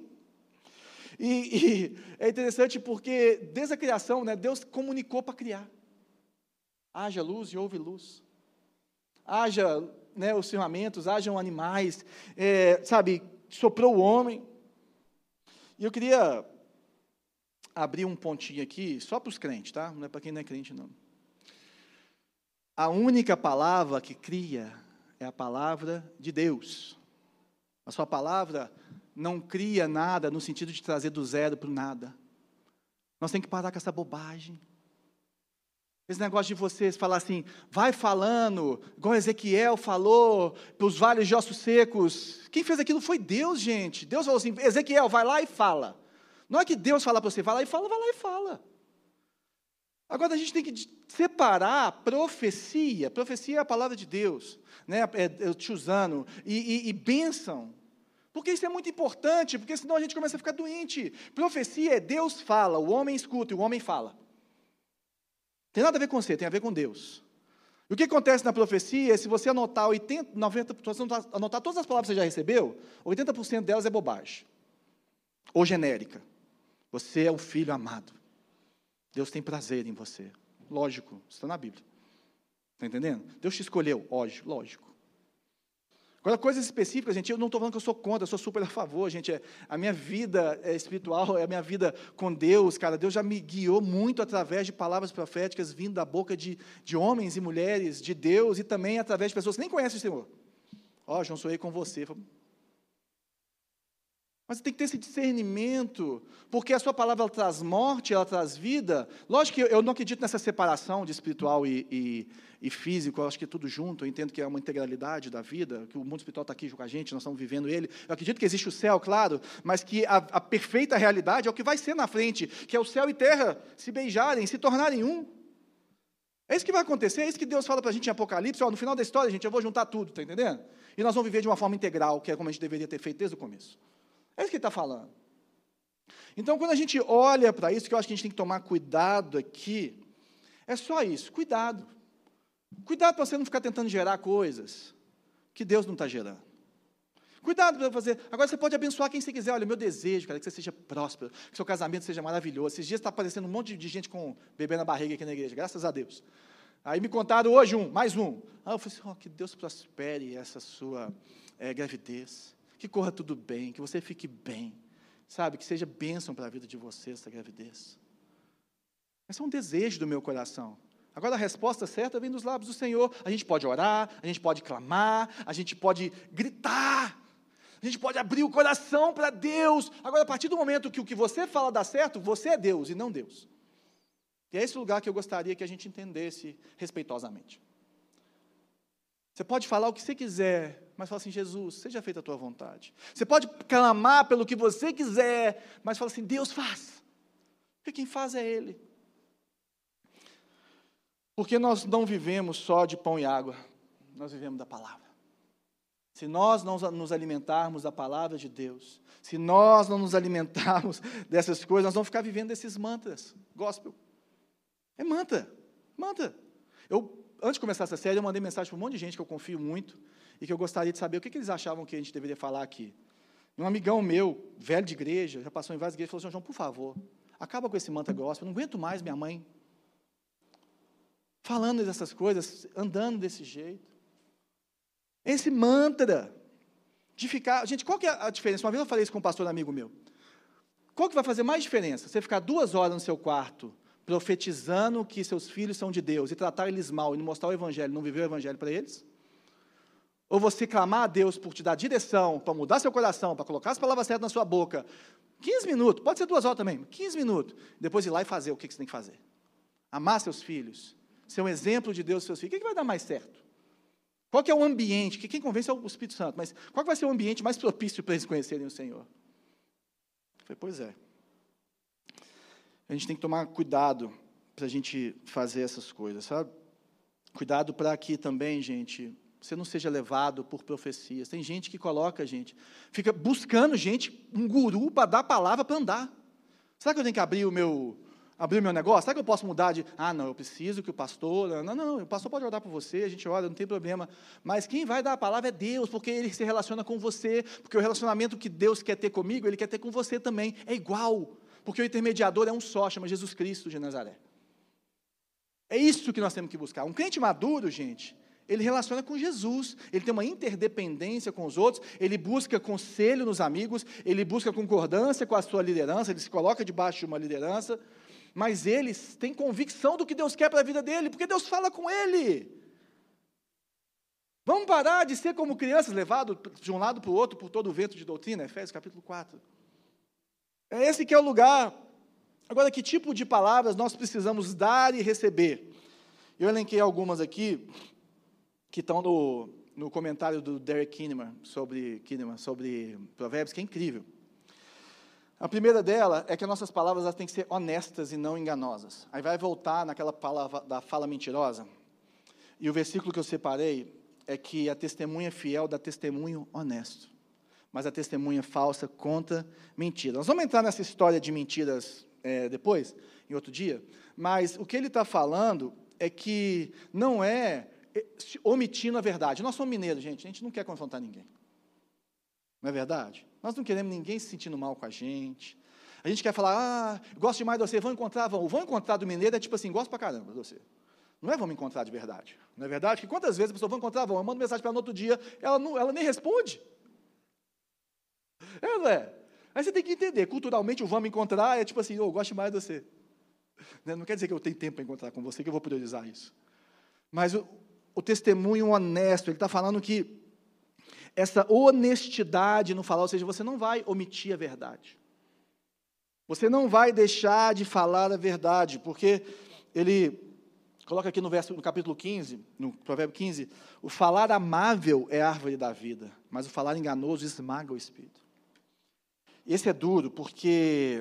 E é interessante porque, desde a criação, né, Deus comunicou para criar. Haja luz e houve luz. Haja, né, os firmamentos, hajam animais, soprou o homem. E eu queria abrir um pontinho aqui, só para os crentes, tá? Não é para quem não é crente, não. A única palavra que cria é a palavra de Deus. A sua palavra não cria nada no sentido de trazer do zero para o nada. Nós temos que parar com essa bobagem. Esse negócio de vocês falar assim, vai falando, igual Ezequiel falou, para os vales de ossos secos. Quem fez aquilo foi Deus, gente. Deus falou assim, Ezequiel, vai lá e fala. Não é que Deus fala para você, vai lá e fala. Agora a gente tem que separar profecia. Profecia é a palavra de Deus, né? Eu te usando, e bênção. Porque isso é muito importante, porque senão a gente começa a ficar doente. Profecia é Deus fala, o homem escuta e o homem fala. Tem nada a ver com você, tem a ver com Deus. E o que acontece na profecia é, se você anotar 90%, anotar todas as palavras que você já recebeu, 80% delas é bobagem. Ou genérica. Você é o filho amado. Deus tem prazer em você. Lógico, isso está na Bíblia. Está entendendo? Deus te escolheu, lógico. Agora, coisas específicas, gente, eu não estou falando que eu sou contra, eu sou super a favor, gente. A minha vida espiritual, a minha vida com Deus, cara, Deus já me guiou muito através de palavras proféticas vindo da boca de homens e mulheres de Deus e também através de pessoas que nem conhecem o Senhor. Ó, João, sou eu com você. Mas tem que ter esse discernimento, porque a sua palavra ela traz morte, ela traz vida. Lógico que eu não acredito nessa separação de espiritual e físico, eu acho que é tudo junto, eu entendo que é uma integralidade da vida, que o mundo espiritual está aqui com a gente, nós estamos vivendo ele. Eu acredito que existe o céu, claro, mas que a perfeita realidade é o que vai ser na frente, que é o céu e terra se beijarem, se tornarem um. É isso que vai acontecer, é isso que Deus fala para a gente em Apocalipse, ó, no final da história, gente, eu vou juntar tudo, está entendendo? E nós vamos viver de uma forma integral, que é como a gente deveria ter feito desde o começo. É isso que ele está falando. Então, quando a gente olha para isso, que eu acho que a gente tem que tomar cuidado aqui, é só isso, cuidado. Cuidado para você não ficar tentando gerar coisas que Deus não está gerando. Cuidado para fazer. Agora você pode abençoar quem você quiser. Olha, meu desejo, cara, é que você seja próspero, que seu casamento seja maravilhoso. Esses dias está aparecendo um monte de gente com bebê na barriga aqui na igreja, graças a Deus. Aí me contaram hoje mais um. Aí eu falei assim, que Deus prospere essa sua gravidez. Que corra tudo bem, que você fique bem, sabe? Que seja bênção para a vida de vocês, essa gravidez. Esse é um desejo do meu coração. Agora, a resposta certa vem dos lábios do Senhor. A gente pode orar, a gente pode clamar, a gente pode gritar, a gente pode abrir o coração para Deus. Agora, a partir do momento que o que você fala dá certo, você é Deus e não Deus. E é esse lugar que eu gostaria que a gente entendesse respeitosamente. Você pode falar o que você quiser, mas fala assim, Jesus, seja feita a tua vontade. Você pode clamar pelo que você quiser, mas fala assim, Deus faz. Porque quem faz é Ele. Porque nós não vivemos só de pão e água, nós vivemos da palavra. Se nós não nos alimentarmos da palavra de Deus, se nós não nos alimentarmos dessas coisas, nós vamos ficar vivendo desses mantras, gospel. É mantra. Antes de começar essa série, eu mandei mensagem para um monte de gente que eu confio muito e que eu gostaria de saber o que eles achavam que a gente deveria falar aqui. E um amigão meu, velho de igreja, já passou em várias igrejas, falou assim, João, por favor, acaba com esse mantra gospel, eu não aguento mais minha mãe falando dessas coisas, andando desse jeito. Esse mantra de ficar... Gente, qual que é a diferença? Uma vez eu falei isso com um pastor amigo meu. Qual que vai fazer mais diferença? Você ficar 2 horas no seu quarto profetizando que seus filhos são de Deus, e tratar eles mal, e não mostrar o Evangelho, não viver o Evangelho para eles? Ou você clamar a Deus por te dar direção, para mudar seu coração, para colocar as palavras certas na sua boca, 15 minutos, pode ser 2 horas também, 15 minutos, depois ir lá e fazer o que você tem que fazer. Amar seus filhos, ser um exemplo de Deus aos seus filhos, o que vai dar mais certo? Qual que é o ambiente, que quem convence é o Espírito Santo, mas qual que vai ser o ambiente mais propício para eles conhecerem o Senhor? Eu falei, pois é. A gente tem que tomar cuidado para a gente fazer essas coisas, sabe? Cuidado para que também, gente, você não seja levado por profecias. Tem gente que coloca, gente, fica buscando gente, um guru para dar palavra para andar. Será que eu tenho que abrir o meu negócio? Será que eu posso mudar de, não, eu preciso que o pastor... Não, o pastor pode orar por você, a gente ora, não tem problema. Mas quem vai dar a palavra é Deus, porque Ele se relaciona com você, porque o relacionamento que Deus quer ter comigo, Ele quer ter com você também, é igual. Porque o intermediador é um só, chama Jesus Cristo de Nazaré. É isso que nós temos que buscar. Um crente maduro, gente, ele relaciona com Jesus, ele tem uma interdependência com os outros, ele busca conselho nos amigos, ele busca concordância com a sua liderança, ele se coloca debaixo de uma liderança, mas ele tem convicção do que Deus quer para a vida dele, porque Deus fala com ele. Vamos parar de ser como crianças, levados de um lado para o outro por todo o vento de doutrina, Efésios capítulo 4. É esse que é o lugar. Agora, que tipo de palavras nós precisamos dar e receber? Eu elenquei algumas aqui, que estão no comentário do Derek Kinneman sobre Provérbios, que é incrível. A primeira dela é que as nossas palavras elas têm que ser honestas e não enganosas. Aí vai voltar naquela palavra da fala mentirosa. E o versículo que eu separei é que a testemunha fiel dá testemunho honesto, mas a testemunha falsa conta mentira. Nós vamos entrar nessa história de mentiras depois, em outro dia, mas o que ele está falando é que não é omitindo a verdade. Nós somos mineiros, gente, a gente não quer confrontar ninguém. Não é verdade? Nós não queremos ninguém se sentindo mal com a gente. A gente quer falar, gosto demais de você, vão encontrar do mineiro, é tipo assim, gosto pra caramba de você. Não é vamos encontrar de verdade. Não é verdade? Que quantas vezes a pessoa vai encontrar, eu mando mensagem para ela no outro dia, ela nem responde. É, não é? Aí você tem que entender, culturalmente o vamos encontrar é tipo assim, eu gosto mais de você. Não quer dizer que eu tenho tempo para encontrar com você, que eu vou priorizar isso. Mas o testemunho honesto, ele está falando que essa honestidade no falar, ou seja, você não vai omitir a verdade. Você não vai deixar de falar a verdade, porque ele coloca aqui no capítulo 15, no provérbio 15, o falar amável é a árvore da vida, mas o falar enganoso esmaga o espírito. Esse é duro, porque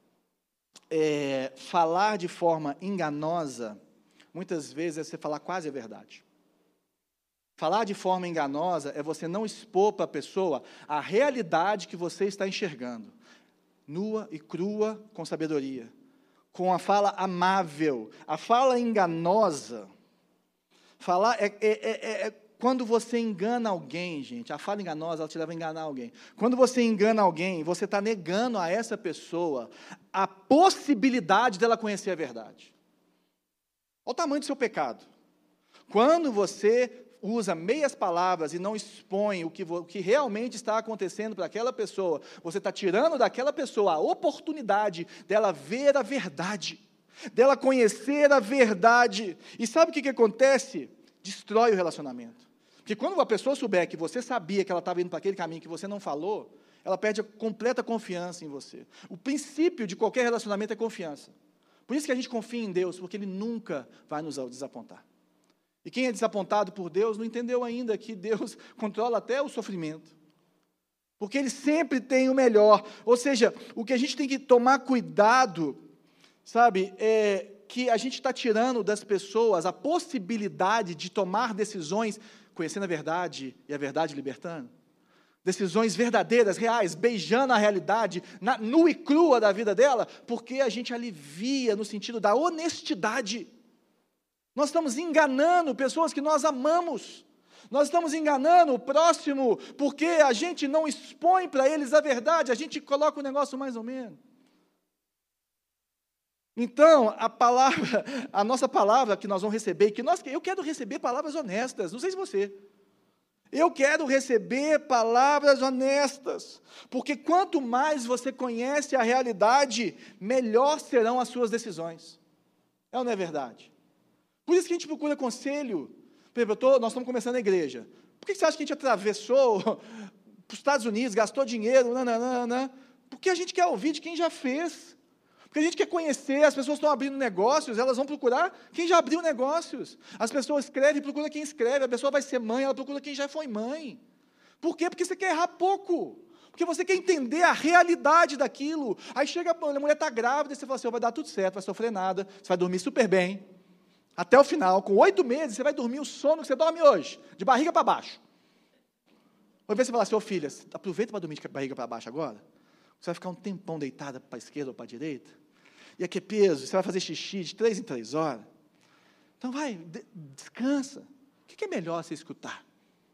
falar de forma enganosa, muitas vezes é você falar quase a verdade. Falar de forma enganosa é você não expor para a pessoa a realidade que você está enxergando, nua e crua, com sabedoria, com a fala amável. A fala enganosa, falar quando você engana alguém, gente, a fala enganosa, ela te leva a enganar alguém. Quando você engana alguém, você está negando a essa pessoa a possibilidade dela conhecer a verdade. Olha o tamanho do seu pecado. Quando você usa meias palavras e não expõe o que realmente está acontecendo para aquela pessoa, você está tirando daquela pessoa a oportunidade dela ver a verdade, dela conhecer a verdade. E sabe o que acontece? Destrói o relacionamento. Porque quando a pessoa souber que você sabia que ela estava indo para aquele caminho que você não falou, ela perde a completa confiança em você. O princípio de qualquer relacionamento é confiança. Por isso que a gente confia em Deus, porque Ele nunca vai nos desapontar. E quem é desapontado por Deus não entendeu ainda que Deus controla até o sofrimento. Porque Ele sempre tem o melhor. Ou seja, o que a gente tem que tomar cuidado, sabe, é que a gente está tirando das pessoas a possibilidade de tomar decisões, conhecendo a verdade e a verdade libertando. Decisões verdadeiras, reais, beijando a realidade, nua e crua da vida dela, porque a gente alivia no sentido da honestidade. Nós estamos enganando pessoas que nós amamos. Nós estamos enganando o próximo, porque a gente não expõe para eles a verdade, a gente coloca o negócio mais ou menos. Então, a nossa palavra que nós vamos receber, eu quero receber palavras honestas, não sei se você. Eu quero receber palavras honestas, porque quanto mais você conhece a realidade, melhor serão as suas decisões. É ou não é verdade? Por isso que a gente procura conselho. Por exemplo, nós estamos começando a igreja. Por que você acha que a gente atravessou para os Estados Unidos, gastou dinheiro, nananana? Porque a gente quer ouvir de quem já fez. Porque a gente quer conhecer, as pessoas estão abrindo negócios, elas vão procurar quem já abriu negócios. As pessoas escrevem, procura quem escreve. A pessoa vai ser mãe, ela procura quem já foi mãe. Por quê? Porque você quer errar pouco. Porque você quer entender a realidade daquilo. Aí chega, a mulher está grávida, e você fala assim, vai dar tudo certo, vai sofrer nada, você vai dormir super bem. Até o final, com 8 meses, você vai dormir o sono que você dorme hoje, de barriga para baixo. Uma vez você fala assim, filha, aproveita para dormir de barriga para baixo agora, você vai ficar um tempão deitada para a esquerda ou para a direita, e aqui é peso, você vai fazer xixi de 3 em 3 horas. Então vai, descansa. O que é melhor você escutar?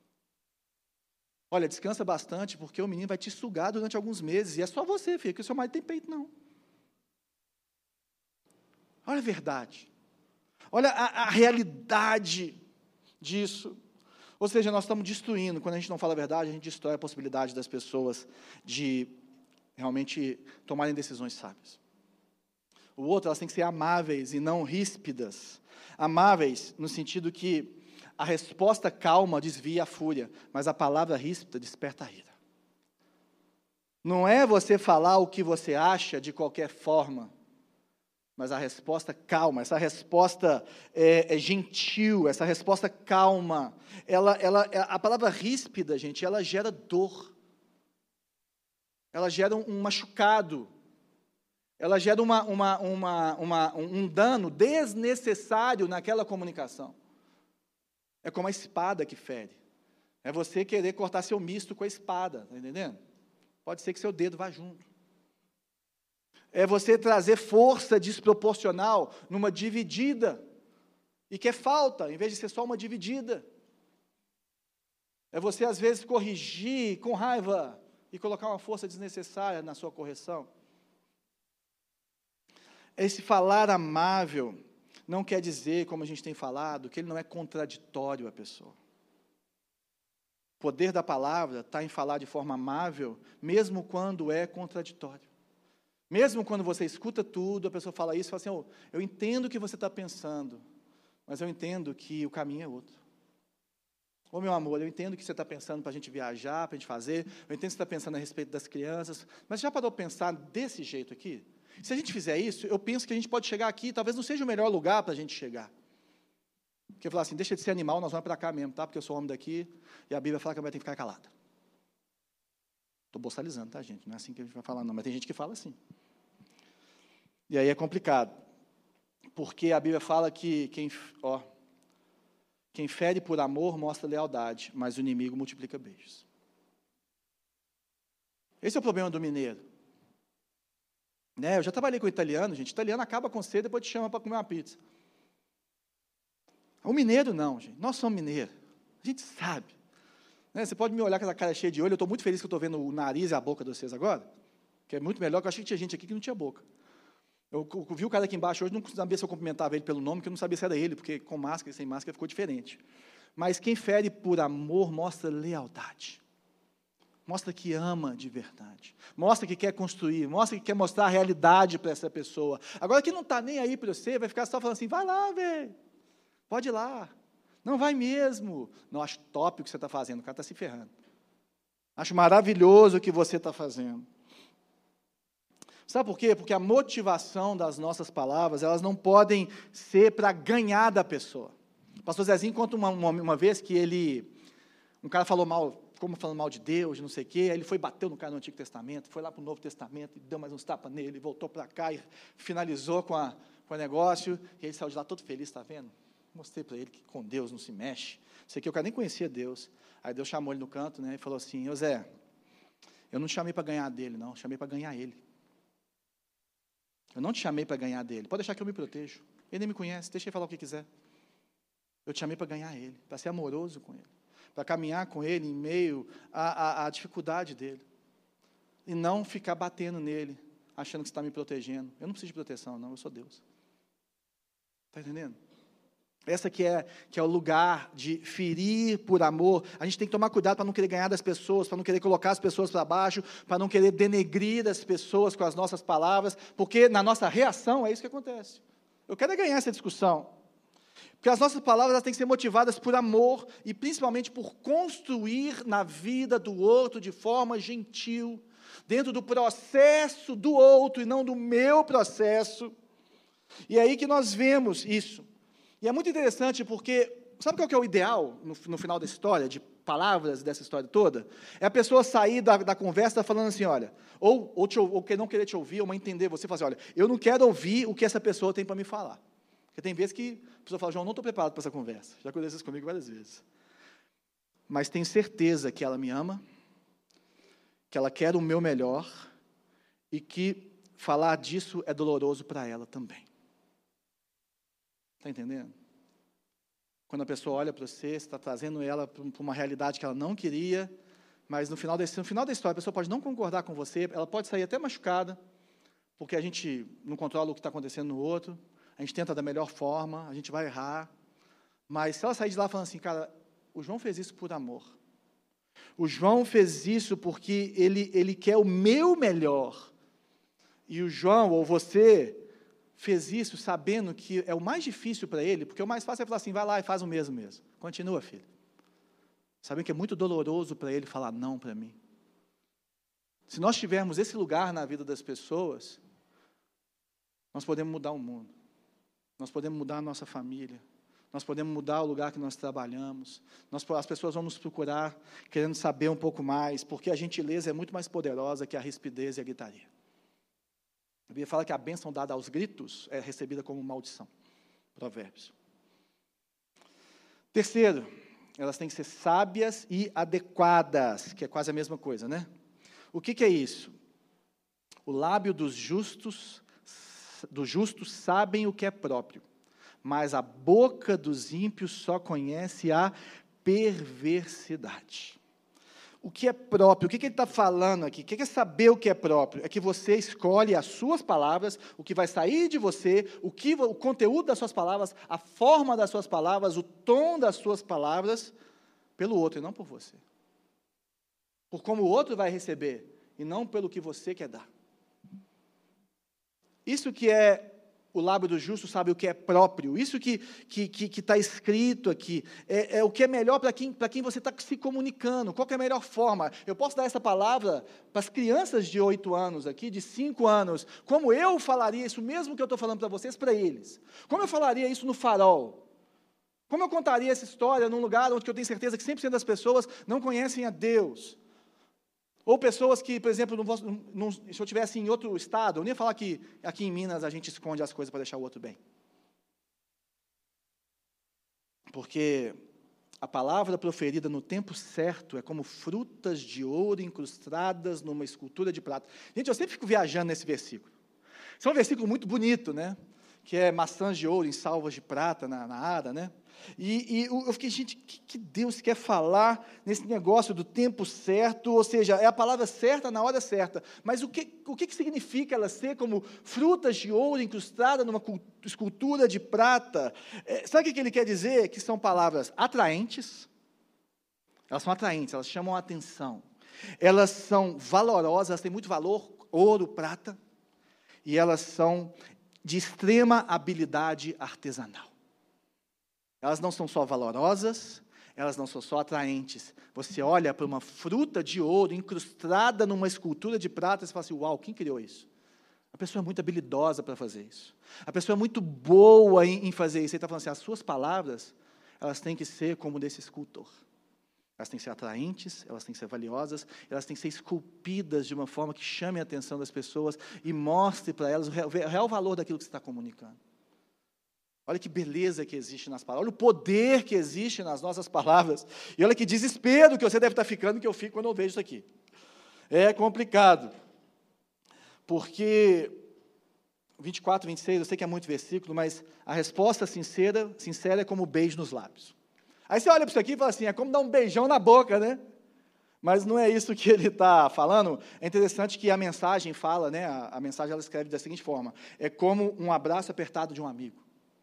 Olha, descansa bastante, porque o menino vai te sugar durante alguns meses, e é só você, filha, que o seu marido tem peito, não. Olha a verdade. Olha a realidade disso. Ou seja, nós estamos destruindo, quando a gente não fala a verdade, a gente destrói a possibilidade das pessoas de realmente tomarem decisões sábias. O outro, elas têm que ser amáveis e não ríspidas. Amáveis no sentido que a resposta calma desvia a fúria, mas a palavra ríspida desperta a ira. Não é você falar o que você acha de qualquer forma, mas a resposta calma, essa resposta gentil, essa resposta calma, a palavra ríspida, gente, ela gera dor, ela gera um machucado, ela gera um dano desnecessário naquela comunicação. É como a espada que fere, é você querer cortar seu misto com a espada, está entendendo? Pode ser que seu dedo vá junto. É você trazer força desproporcional numa dividida, e que é falta, em vez de ser só uma dividida. É você, às vezes, corrigir com raiva e colocar uma força desnecessária na sua correção. É esse falar amável não quer dizer, como a gente tem falado, que ele não é contraditório à pessoa. O poder da palavra está em falar de forma amável, mesmo quando é contraditório. Mesmo quando você escuta tudo, a pessoa fala isso e fala assim, eu entendo o que você está pensando, mas eu entendo que o caminho é outro. Ô, meu amor, eu entendo que você está pensando para a gente viajar, para a gente fazer, eu entendo que você está pensando a respeito das crianças, mas já parou para pensar desse jeito aqui? Se a gente fizer isso, eu penso que a gente pode chegar aqui, talvez não seja o melhor lugar para a gente chegar. Porque falar assim, deixa de ser animal, nós vamos para cá mesmo, tá? Porque eu sou homem daqui, e a Bíblia fala que a mulher tem que ficar calada. Estou boçalizando, tá, gente? Não é assim que a gente vai falar, não, mas tem gente que fala assim. E aí é complicado, porque a Bíblia fala que quem fere por amor mostra lealdade, mas o inimigo multiplica beijos. Esse é o problema do mineiro. Né? Eu já trabalhei com italiano, gente. Italiano acaba com você, depois te chama para comer uma pizza. O mineiro não, gente. Nós somos mineiros. A gente sabe. Né? Você pode me olhar com essa cara cheia de olho. Eu estou muito feliz que eu estou vendo o nariz e a boca de vocês agora, que é muito melhor, que eu achei que tinha gente aqui que não tinha boca. Eu vi o cara aqui embaixo hoje, não sabia se eu cumprimentava ele pelo nome, porque eu não sabia se era ele, porque com máscara e sem máscara ficou diferente. Mas quem fere por amor mostra lealdade. Mostra que ama de verdade. Mostra que quer construir. Mostra que quer mostrar a realidade para essa pessoa. Agora, quem não está nem aí para você, vai ficar só falando assim, vai lá, velho. Pode ir lá. Não vai mesmo. Não, acho top o que você está fazendo. O cara está se ferrando. Acho maravilhoso o que você está fazendo. Sabe por quê? Porque a motivação das nossas palavras, elas não podem ser para ganhar da pessoa. O pastor Zezinho conta uma vez que um cara falou mal, como falando mal de Deus, de não sei o quê, aí ele foi, bateu no cara no Antigo Testamento, foi lá para o Novo Testamento, e deu mais uns tapas nele, voltou para cá e finalizou com o negócio, e ele saiu de lá todo feliz, está vendo? Mostrei para ele que com Deus não se mexe. Isso aqui o cara nem conhecia Deus. Aí Deus chamou ele no canto, né, e falou assim, ô Zé, eu não te chamei para ganhar dele, não, eu chamei para ganhar ele. Eu não te chamei para ganhar dele. Pode deixar que eu me protejo. Ele nem me conhece, deixa ele falar o que quiser. Eu te chamei para ganhar ele, para ser amoroso com ele, para caminhar com ele em meio à dificuldade dele. E não ficar batendo nele, achando que você está me protegendo. Eu não preciso de proteção, não, eu sou Deus. Está entendendo? Essa que é o lugar de ferir por amor. A gente tem que tomar cuidado para não querer ganhar das pessoas, para não querer colocar as pessoas para baixo, para não querer denegrir as pessoas com as nossas palavras, porque na nossa reação é isso que acontece. Eu quero ganhar essa discussão. Porque as nossas palavras elas têm que ser motivadas por amor e principalmente por construir na vida do outro de forma gentil, dentro do processo do outro e não do meu processo. E é aí que nós vemos isso. E é muito interessante porque, sabe qual que é o ideal no final da história, de palavras dessa história toda? É a pessoa sair da conversa falando assim, olha, ou não querer te ouvir, ou não entender você, falar assim, olha, eu não quero ouvir o que essa pessoa tem para me falar. Porque tem vezes que a pessoa fala, João, não estou preparado para essa conversa. Já aconteceu isso comigo várias vezes. Mas tenho certeza que ela me ama, que ela quer o meu melhor, e que falar disso é doloroso para ela também. Está entendendo? Quando a pessoa olha para você está trazendo ela para uma realidade que ela não queria, mas no final da história, a pessoa pode não concordar com você, ela pode sair até machucada, porque a gente não controla o que está acontecendo no outro, a gente tenta da melhor forma, a gente vai errar, mas se ela sair de lá falando assim, cara, o João fez isso por amor, o João fez isso porque ele quer o meu melhor, e o João, ou você, fez isso sabendo que é o mais difícil para ele, porque o mais fácil é falar assim, vai lá e faz o mesmo. Continua, filho. Sabendo que é muito doloroso para ele falar não para mim. Se nós tivermos esse lugar na vida das pessoas, nós podemos mudar o mundo. Nós podemos mudar a nossa família. Nós podemos mudar o lugar que nós trabalhamos. As pessoas vão nos procurar querendo saber um pouco mais, porque a gentileza é muito mais poderosa que a rispidez e a gritaria. A Bíblia fala que a bênção dada aos gritos é recebida como maldição. Provérbios. Terceiro, elas têm que ser sábias e adequadas, que é quase a mesma coisa, né? O que é isso? O lábio dos justos sabem o que é próprio, mas a boca dos ímpios só conhece a perversidade. o que é próprio. O que ele está falando aqui? O que é saber o que é próprio? É que você escolhe as suas palavras, o que vai sair de você, o conteúdo das suas palavras, a forma das suas palavras, o tom das suas palavras, pelo outro e não por você. Por como o outro vai receber, e não pelo que você quer dar. Isso que é o lábio do justo sabe o que é próprio. Isso que está escrito aqui. É o que é melhor para quem você está se comunicando. Qual que é a melhor forma? Eu posso dar essa palavra para as crianças de 8 anos aqui, de 5 anos. Como eu falaria isso mesmo que eu estou falando para vocês, para eles? Como eu falaria isso no farol? Como eu contaria essa história num lugar onde eu tenho certeza que 100% das pessoas não conhecem a Deus? Ou pessoas que, por exemplo, se eu estivesse em outro estado, eu nem ia falar que aqui em Minas a gente esconde as coisas para deixar o outro bem. Porque a palavra proferida no tempo certo é como frutas de ouro incrustadas numa escultura de prata. Gente, eu sempre fico viajando nesse versículo. Esse é um versículo muito bonito, né? Que é maçãs de ouro em salvas de prata na Ara, né? E eu fiquei, gente, o que Deus quer falar nesse negócio do tempo certo? Ou seja, é a palavra certa na hora certa. Mas o que significa ela ser como frutas de ouro incrustada numa escultura de prata? Sabe o que ele quer dizer? Que são palavras atraentes. Elas são atraentes, elas chamam a atenção. Elas são valorosas, elas têm muito valor, ouro, prata. E elas são de extrema habilidade artesanal. Elas não são só valorosas, elas não são só atraentes. Você olha para uma fruta de ouro incrustada numa escultura de prata e você fala assim, uau, quem criou isso? A pessoa é muito habilidosa para fazer isso. A pessoa é muito boa em fazer isso. Ele está falando assim, as suas palavras, elas têm que ser como desse escultor. Elas têm que ser atraentes, elas têm que ser valiosas, elas têm que ser esculpidas de uma forma que chame a atenção das pessoas e mostre para elas o real valor daquilo que você está comunicando. Olha que beleza que existe nas palavras, olha o poder que existe nas nossas palavras, e olha que desespero que você deve estar ficando, que eu fico quando eu vejo isso aqui. É complicado, porque 24, 26, eu sei que é muito versículo, mas a resposta sincera é como um beijo nos lábios. Aí você olha para isso aqui e fala assim, é como dar um beijão na boca, né? Mas não é isso que ele está falando. É interessante que a mensagem fala, né? A mensagem ela escreve da seguinte forma, é como um abraço apertado de um amigo.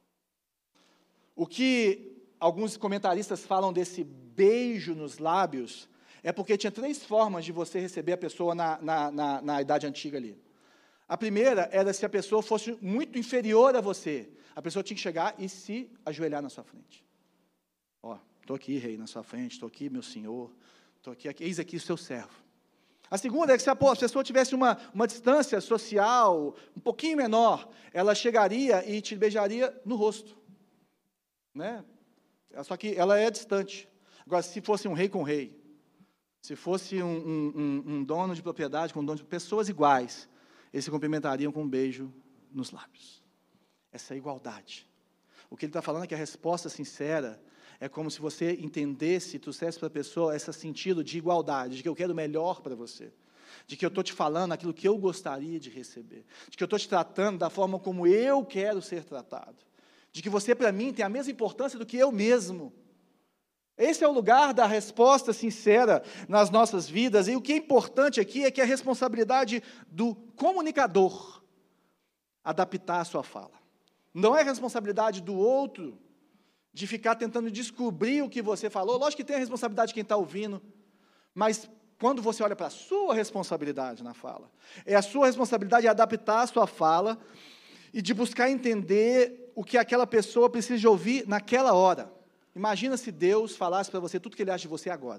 O que alguns comentaristas falam desse beijo nos lábios é porque tinha 3 formas de você receber a pessoa na idade antiga ali. A primeira era se a pessoa fosse muito inferior a você. A pessoa tinha que chegar e se ajoelhar na sua frente. Ó, estou aqui, rei, na sua frente, estou aqui, meu senhor, estou aqui, eis aqui o seu servo. A segunda é que se a pessoa tivesse uma distância social um pouquinho menor, ela chegaria e te beijaria no rosto. Né? Só que ela é distante. Agora, se fosse um rei com rei, se fosse um dono de propriedade com dono de pessoas iguais, eles se cumprimentariam com um beijo nos lábios. Essa é a igualdade. O que ele está falando é que a resposta sincera é como se você entendesse, trouxesse para a pessoa esse sentido de igualdade, de que eu quero o melhor para você, de que eu estou te falando aquilo que eu gostaria de receber, de que eu estou te tratando da forma como eu quero ser tratado, de que você, para mim, tem a mesma importância do que eu mesmo. Esse é o lugar da resposta sincera nas nossas vidas, e o que é importante aqui é que a responsabilidade do comunicador adaptar a sua fala. Não é responsabilidade do outro de ficar tentando descobrir o que você falou. Lógico que tem a responsabilidade de quem está ouvindo, mas quando você olha para a sua responsabilidade na fala, é a sua responsabilidade adaptar a sua fala e de buscar entender o que aquela pessoa precisa de ouvir naquela hora. Imagina se Deus falasse para você tudo que Ele acha de você agora.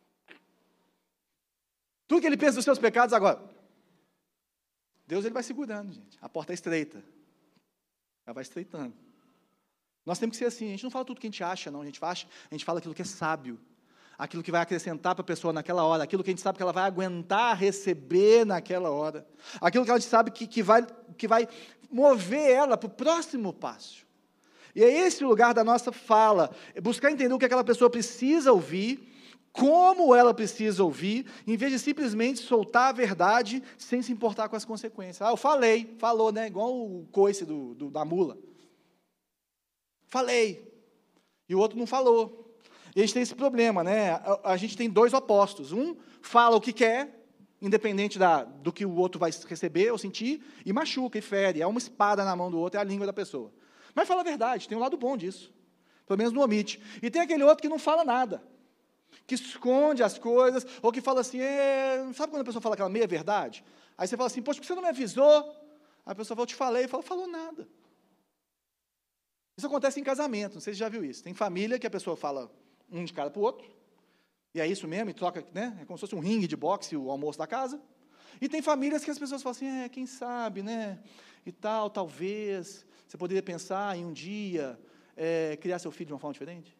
Tudo que Ele pensa dos seus pecados agora. Deus ele vai segurando, gente. A porta é estreita. Ela vai estreitando. Nós temos que ser assim. A gente não fala tudo que a gente acha, não. A gente fala aquilo que é sábio. Aquilo que vai acrescentar para a pessoa naquela hora. Aquilo que a gente sabe que ela vai aguentar receber naquela hora. Aquilo que a gente sabe que vai mover ela para o próximo passo. E é esse o lugar da nossa fala, é buscar entender o que aquela pessoa precisa ouvir, como ela precisa ouvir, em vez de simplesmente soltar a verdade sem se importar com as consequências. Eu falou, né? Igual o coice da mula. Falei, e o outro não falou. E a gente tem esse problema, né? A gente tem dois opostos. Um fala o que quer, independente do que o outro vai receber ou sentir, e machuca, e fere. É uma espada na mão do outro, é a língua da pessoa. Mas fala a verdade, tem um lado bom disso. Pelo menos não omite. E tem aquele outro que não fala nada, que esconde as coisas, ou que fala assim, sabe quando a pessoa fala aquela meia verdade? Aí você fala assim, poxa, por que você não me avisou? Aí a pessoa fala, eu te falei, falou nada. Isso acontece em casamento, não sei se você já viu isso. Tem família que a pessoa fala um de cara para o outro, e é isso mesmo, e troca, né? É como se fosse um ringue de boxe, o almoço da casa. E tem famílias que as pessoas falam assim, quem sabe, né? E tal, talvez, você poderia pensar em um dia criar seu filho de uma forma diferente?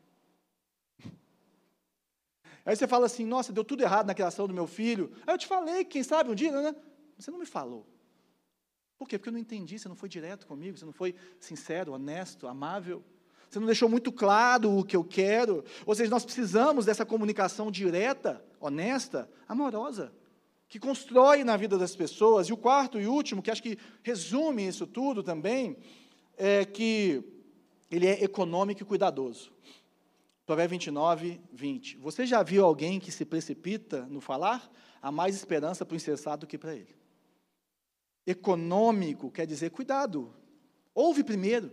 Aí você fala assim, nossa, deu tudo errado na criação do meu filho. Aí eu te falei, quem sabe um dia, né? Você não me falou. Por quê? Porque eu não entendi, você não foi direto comigo, você não foi sincero, honesto, amável. Você não deixou muito claro o que eu quero. Ou seja, nós precisamos dessa comunicação direta, honesta, amorosa, que constrói na vida das pessoas. E o quarto e último, que acho que resume isso tudo também, é que ele é econômico e cuidadoso. Provérbios 29, 20. Você já viu alguém que se precipita no falar? Há mais esperança para o insensato do que para ele. Econômico quer dizer cuidado. Ouve primeiro.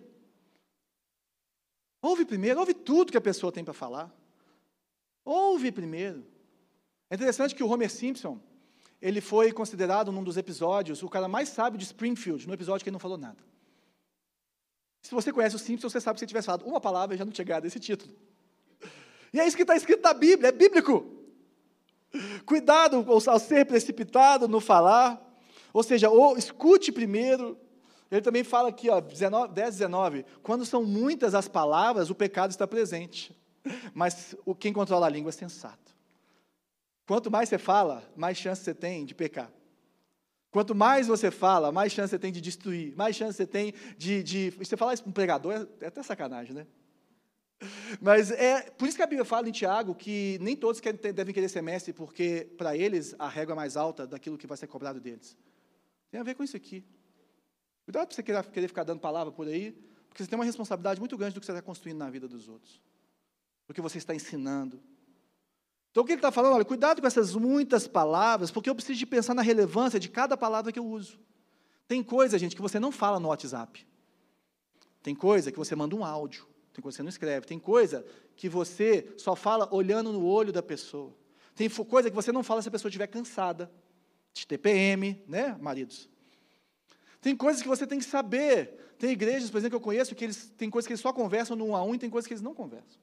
Ouve tudo que a pessoa tem para falar. Ouve primeiro. É interessante que o Homer Simpson, ele foi considerado, num dos episódios, o cara mais sábio de Springfield, no episódio que ele não falou nada. Se você conhece o Simpson, você sabe que se ele tivesse falado uma palavra, ele já não tinha ganhado esse título. E é isso que está escrito na Bíblia, é bíblico. Cuidado ao ser precipitado no falar, ou seja, escute primeiro. Ele também fala aqui, 10, 19, quando são muitas as palavras, o pecado está presente, mas quem controla a língua é sensato. Quanto mais você fala, mais chance você tem de pecar. Quanto mais você fala, mais chance você tem de destruir, mais chance você tem de você falar isso para um pregador, é até sacanagem, né? Mas por isso que a Bíblia fala em Tiago que nem todos devem querer ser mestre, porque para eles a régua é mais alta daquilo que vai ser cobrado deles. Tem a ver com isso aqui. Cuidado para você querer ficar dando palavra por aí, porque você tem uma responsabilidade muito grande do que você está construindo na vida dos outros, do que você está ensinando. Então, o que ele está falando? Olha, cuidado com essas muitas palavras, porque eu preciso de pensar na relevância de cada palavra que eu uso. Tem coisa, gente, que você não fala no WhatsApp. Tem coisa que você manda um áudio. Tem coisa que você não escreve. Tem coisa que você só fala olhando no olho da pessoa. Tem coisa que você não fala se a pessoa estiver cansada, de TPM, né, maridos? Tem coisas que você tem que saber. Tem igrejas, por exemplo, que eu conheço, que tem coisas que eles só conversam no 1 a 1 e tem coisas que eles não conversam.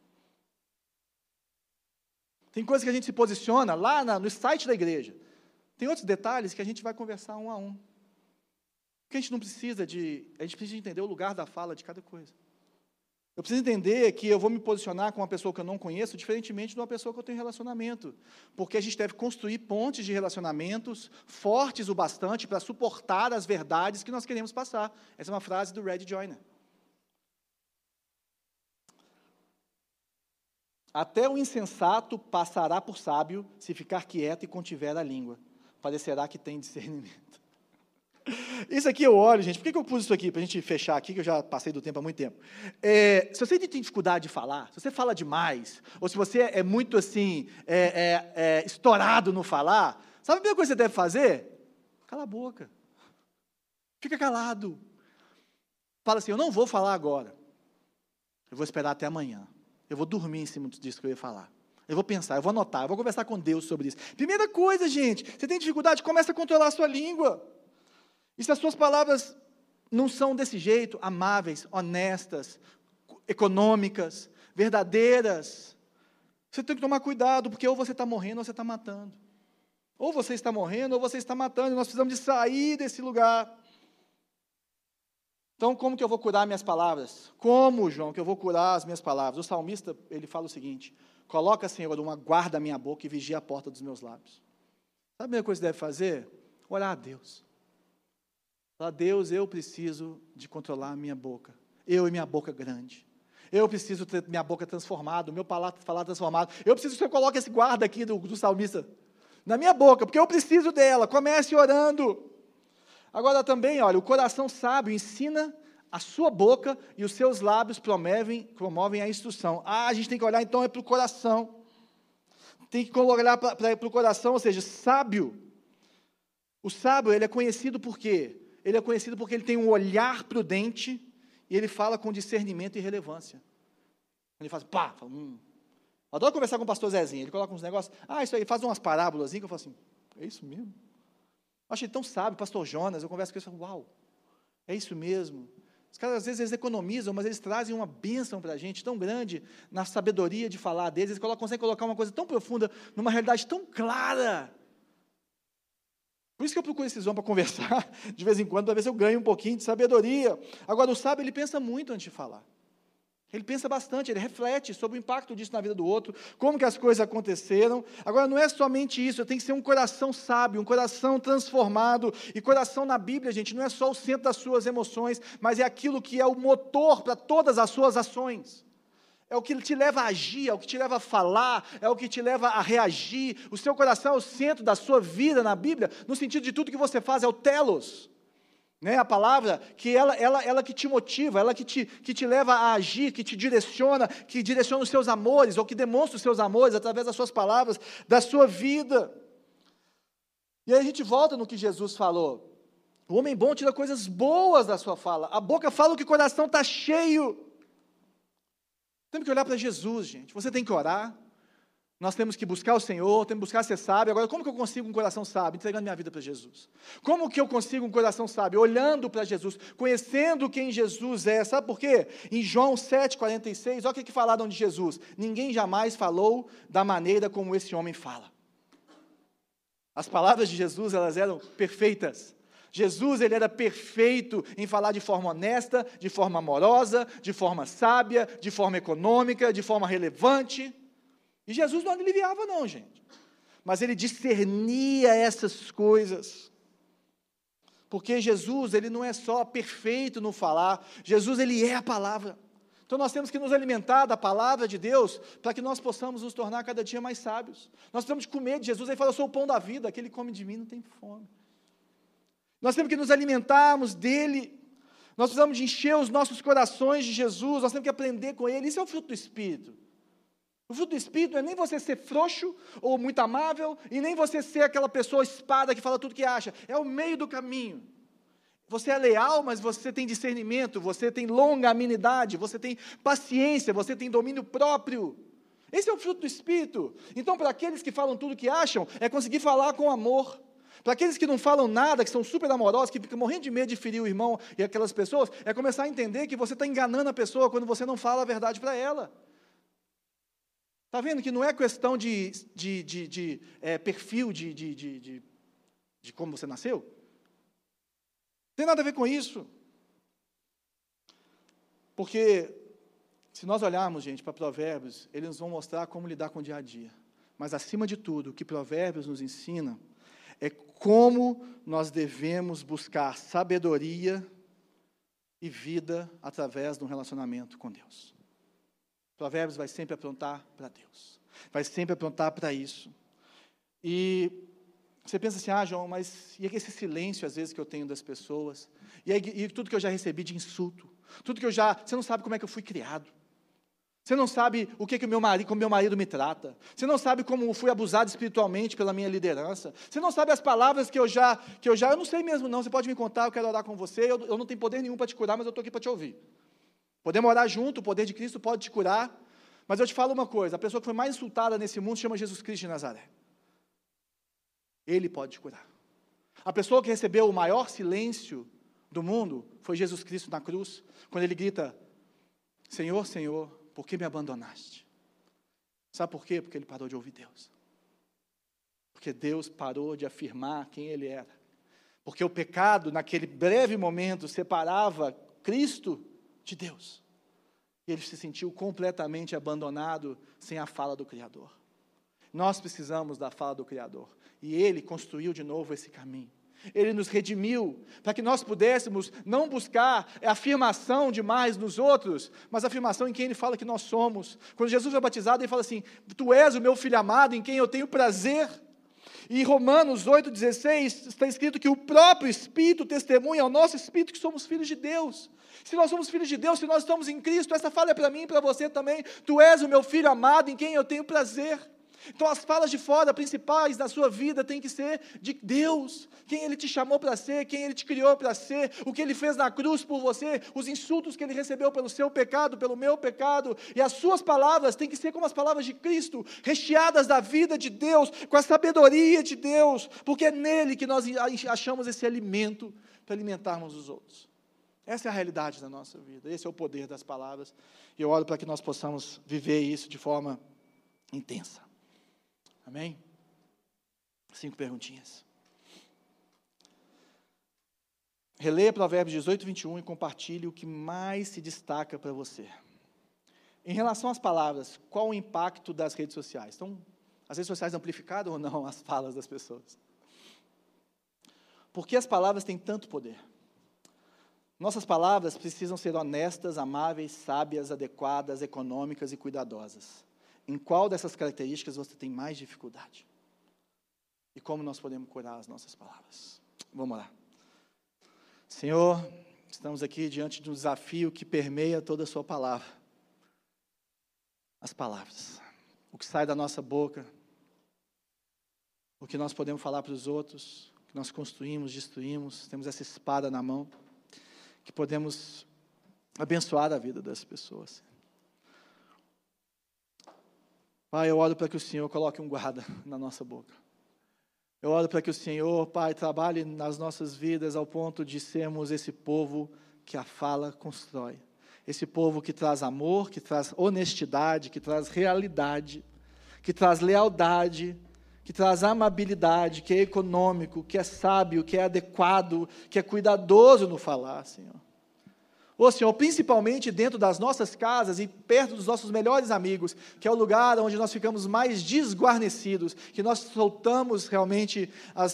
Tem coisas que a gente se posiciona lá no site da igreja. Tem outros detalhes que a gente vai conversar 1 a 1. Porque a gente precisa entender o lugar da fala de cada coisa. Eu preciso entender que eu vou me posicionar com uma pessoa que eu não conheço, diferentemente de uma pessoa que eu tenho relacionamento. Porque a gente deve construir pontes de relacionamentos fortes o bastante para suportar as verdades que nós queremos passar. Essa é uma frase do Red Joyner. Até o insensato passará por sábio, se ficar quieto e contiver a língua. Parecerá que tem discernimento. Isso aqui eu olho, gente, por que eu pus isso aqui? Para a gente fechar aqui, que eu já passei do tempo há muito tempo. Se você tem dificuldade de falar, se você fala demais, ou se você é muito assim, estourado no falar, sabe a primeira coisa que você deve fazer? Cala a boca. Fica calado. Fala assim, eu não vou falar agora. Eu vou esperar até amanhã. Eu vou dormir em cima disso que eu ia falar. Eu vou pensar, eu vou anotar, eu vou conversar com Deus sobre isso. Primeira coisa, gente, você tem dificuldade, começa a controlar a sua língua. E se as suas palavras não são desse jeito, amáveis, honestas, econômicas, verdadeiras, você tem que tomar cuidado, porque ou você está morrendo ou você está matando. Ou você está morrendo ou você está matando, e nós precisamos de sair desse lugar. Então, como que eu vou curar minhas palavras? Como, João, que eu vou curar as minhas palavras? O salmista, ele fala o seguinte, coloca, Senhor, uma guarda a minha boca e vigia a porta dos meus lábios. Sabe a primeira coisa que você deve fazer? Orar a Deus. Falar, Deus, eu preciso de controlar a minha boca. Eu e minha boca grande. Eu preciso ter minha boca transformada, o meu falar transformado. Eu preciso que você coloque esse guarda aqui do salmista na minha boca, porque eu preciso dela. Comece orando. Agora também, olha, o coração sábio ensina a sua boca e os seus lábios promovem a instrução. A gente tem que olhar então para o coração. Tem que olhar para o coração, ou seja, sábio. O sábio, ele é conhecido por quê? Ele é conhecido porque ele tem um olhar prudente e ele fala com discernimento e relevância. Ele faz, pá, fala, Eu adoro conversar com o pastor Zezinho, ele coloca uns negócios, isso aí, faz umas parábolas, que eu falo assim, é isso mesmo? Eu acho ele tão sábio, pastor Jonas, eu converso com ele e falo, uau, é isso mesmo. Os caras, às vezes, eles economizam, mas eles trazem uma bênção para a gente tão grande, na sabedoria de falar deles, eles conseguem colocar uma coisa tão profunda, numa realidade tão clara. Por isso que eu procuro esses homens para conversar, de vez em quando, para ver se eu ganho um pouquinho de sabedoria. Agora, o sábio, ele pensa muito antes de falar. Ele pensa bastante, ele reflete sobre o impacto disso na vida do outro, como que as coisas aconteceram. Agora, não é somente isso, tem que ser um coração sábio, um coração transformado. E coração na Bíblia, gente, não é só o centro das suas emoções, mas é aquilo que é o motor para todas as suas ações. É o que te leva a agir, é o que te leva a falar, é o que te leva a reagir. O seu coração é o centro da sua vida na Bíblia, no sentido de tudo que você faz, é o telos. Né, a palavra, que ela que te motiva, ela que te leva a agir, que te direciona, que direciona os seus amores, ou que demonstra os seus amores através das suas palavras, da sua vida. E aí a gente volta no que Jesus falou. O homem bom tira coisas boas da sua fala. A boca fala o que o coração está cheio. Temos que olhar para Jesus, gente. Você tem que orar. Nós temos que buscar o Senhor, temos que buscar ser sábio. Agora, como que eu consigo um coração sábio? Entregando minha vida para Jesus. Como que eu consigo um coração sábio? Olhando para Jesus, conhecendo quem Jesus é. Sabe por quê? Em João 7,46, olha o que falaram de Jesus. Ninguém jamais falou da maneira como esse homem fala. As palavras de Jesus, elas eram perfeitas. Jesus, ele era perfeito em falar de forma honesta, de forma amorosa, de forma sábia, de forma econômica, de forma relevante. E Jesus não aliviava não, gente. Mas ele discernia essas coisas. Porque Jesus, ele não é só perfeito no falar. Jesus, ele é a palavra. Então nós temos que nos alimentar da palavra de Deus para que nós possamos nos tornar cada dia mais sábios. Nós temos que comer de Jesus. Ele fala, eu sou o pão da vida. Aquele que come de mim não tem fome. Nós temos que nos alimentarmos dele. Nós precisamos de encher os nossos corações de Jesus. Nós temos que aprender com ele. Isso é o fruto do Espírito. O fruto do Espírito não é nem você ser frouxo ou muito amável, e nem você ser aquela pessoa espada que fala tudo que acha. É o meio do caminho. Você é leal, mas você tem discernimento, você tem longanimidade, você tem paciência, você tem domínio próprio. Esse é o fruto do Espírito. Então, para aqueles que falam tudo que acham, é conseguir falar com amor. Para aqueles que não falam nada, que são super amorosos, que ficam morrendo de medo de ferir o irmão e aquelas pessoas, é começar a entender que você está enganando a pessoa quando você não fala a verdade para ela. Está vendo que não é questão de perfil de como você nasceu? Não tem nada a ver com isso. Porque, se nós olharmos, gente, para Provérbios, eles nos vão mostrar como lidar com o dia a dia. Mas, acima de tudo, o que Provérbios nos ensina é como nós devemos buscar sabedoria e vida através de um relacionamento com Deus. Provérbios vai sempre apontar para Deus. Vai sempre apontar para isso. E você pensa assim, João, mas e esse silêncio, às vezes, que eu tenho das pessoas? E tudo que eu já recebi de insulto? Você não sabe como é que eu fui criado. Você não sabe o que como meu marido me trata. Você não sabe como eu fui abusado espiritualmente pela minha liderança. Você não sabe as palavras que eu não sei mesmo não. Você pode me contar, eu quero orar com você. Eu não tenho poder nenhum para te curar, mas eu estou aqui para te ouvir. Podemos orar junto, o poder de Cristo pode te curar. Mas eu te falo uma coisa, a pessoa que foi mais insultada nesse mundo se chama Jesus Cristo de Nazaré. Ele pode te curar. A pessoa que recebeu o maior silêncio do mundo foi Jesus Cristo na cruz, quando ele grita, Senhor, Senhor, por que me abandonaste? Sabe por quê? Porque ele parou de ouvir Deus. Porque Deus parou de afirmar quem ele era. Porque o pecado, naquele breve momento, separava Cristo de Deus. E ele se sentiu completamente abandonado sem a fala do Criador. Nós precisamos da fala do Criador. E ele construiu de novo esse caminho. Ele nos redimiu, para que nós pudéssemos não buscar afirmação demais nos outros, mas afirmação em quem ele fala que nós somos. Quando Jesus foi batizado, ele fala assim, tu és o meu filho amado, em quem eu tenho prazer. E em Romanos 8,16 está escrito que o próprio Espírito testemunha ao nosso Espírito que somos filhos de Deus. Se nós somos filhos de Deus, se nós estamos em Cristo, essa fala é para mim e para você também. Tu és o meu filho amado em quem eu tenho prazer. Então as falas de fora, principais da sua vida, tem que ser de Deus, quem Ele te chamou para ser, quem Ele te criou para ser, o que Ele fez na cruz por você, os insultos que Ele recebeu pelo seu pecado, pelo meu pecado, e as suas palavras têm que ser como as palavras de Cristo, recheadas da vida de Deus, com a sabedoria de Deus, porque é nele que nós achamos esse alimento para alimentarmos os outros. Essa é a realidade da nossa vida, esse é o poder das palavras, e eu oro para que nós possamos viver isso de forma intensa. Amém? 5 perguntinhas. Releia Provérbios 18, 21 e compartilhe o que mais se destaca para você. Em relação às palavras, qual o impacto das redes sociais? Então, as redes sociais amplificaram ou não as falas das pessoas? Por que as palavras têm tanto poder? Nossas palavras precisam ser honestas, amáveis, sábias, adequadas, econômicas e cuidadosas. Em qual dessas características você tem mais dificuldade? E como nós podemos curar as nossas palavras? Vamos lá. Senhor, estamos aqui diante de um desafio que permeia toda a sua palavra. As palavras. O que sai da nossa boca. O que nós podemos falar para os outros. O que nós construímos, destruímos. Temos essa espada na mão. Que podemos abençoar a vida das pessoas. Pai, eu oro para que o Senhor coloque um guarda na nossa boca. Eu oro para que o Senhor, Pai, trabalhe nas nossas vidas ao ponto de sermos esse povo que a fala constrói. Esse povo que traz amor, que traz honestidade, que traz realidade, que traz lealdade, que traz amabilidade, que é econômico, que é sábio, que é adequado, que é cuidadoso no falar, Senhor. Ô Senhor, principalmente dentro das nossas casas e perto dos nossos melhores amigos, que é o lugar onde nós ficamos mais desguarnecidos, que nós soltamos realmente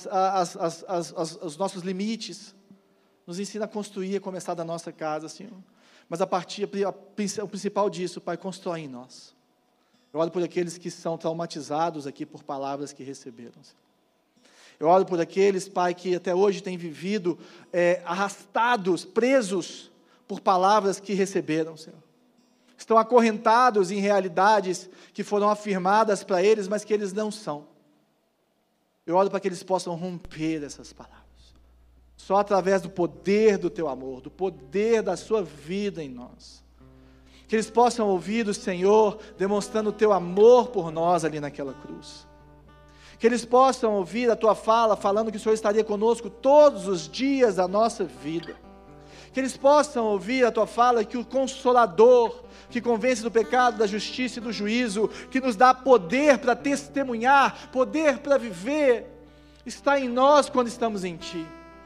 os nossos limites, nos ensina a construir, a começar da nossa casa, Senhor. Mas o principal disso, Pai, constrói em nós. Eu oro por aqueles que são traumatizados aqui por palavras que receberam, Senhor. Eu oro por aqueles, Pai, que até hoje têm vivido arrastados, presos, por palavras que receberam, Senhor. Estão acorrentados em realidades que foram afirmadas para eles, mas que eles não são. Eu oro para que eles possam romper essas palavras. Só através do poder do Teu amor, do poder da Sua vida em nós. Que eles possam ouvir o Senhor demonstrando o Teu amor por nós ali naquela cruz. Que eles possam ouvir a Tua fala, falando que o Senhor estaria conosco todos os dias da nossa vida. Que eles possam ouvir a Tua fala, que o Consolador, que convence do pecado, da justiça e do juízo, que nos dá poder para testemunhar, poder para viver, está em nós quando estamos em Ti.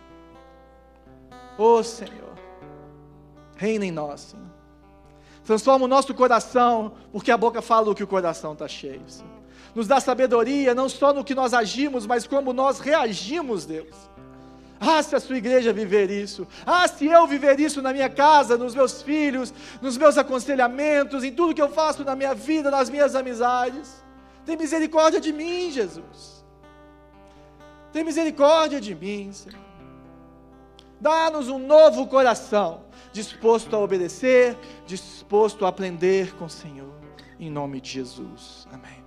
Ó Senhor, reina em nós, Senhor. Transforma o nosso coração, porque a boca fala do que o coração está cheio, Senhor. Nos dá sabedoria, não só no que nós agimos, mas como nós reagimos, Deus. Ah, se a sua igreja viver isso. Ah, se eu viver isso na minha casa, nos meus filhos, nos meus aconselhamentos, em tudo que eu faço na minha vida, nas minhas amizades. Tem misericórdia de mim, Jesus. Tem misericórdia de mim, Senhor. Dá-nos um novo coração, disposto a obedecer, disposto a aprender com o Senhor. Em nome de Jesus. Amém.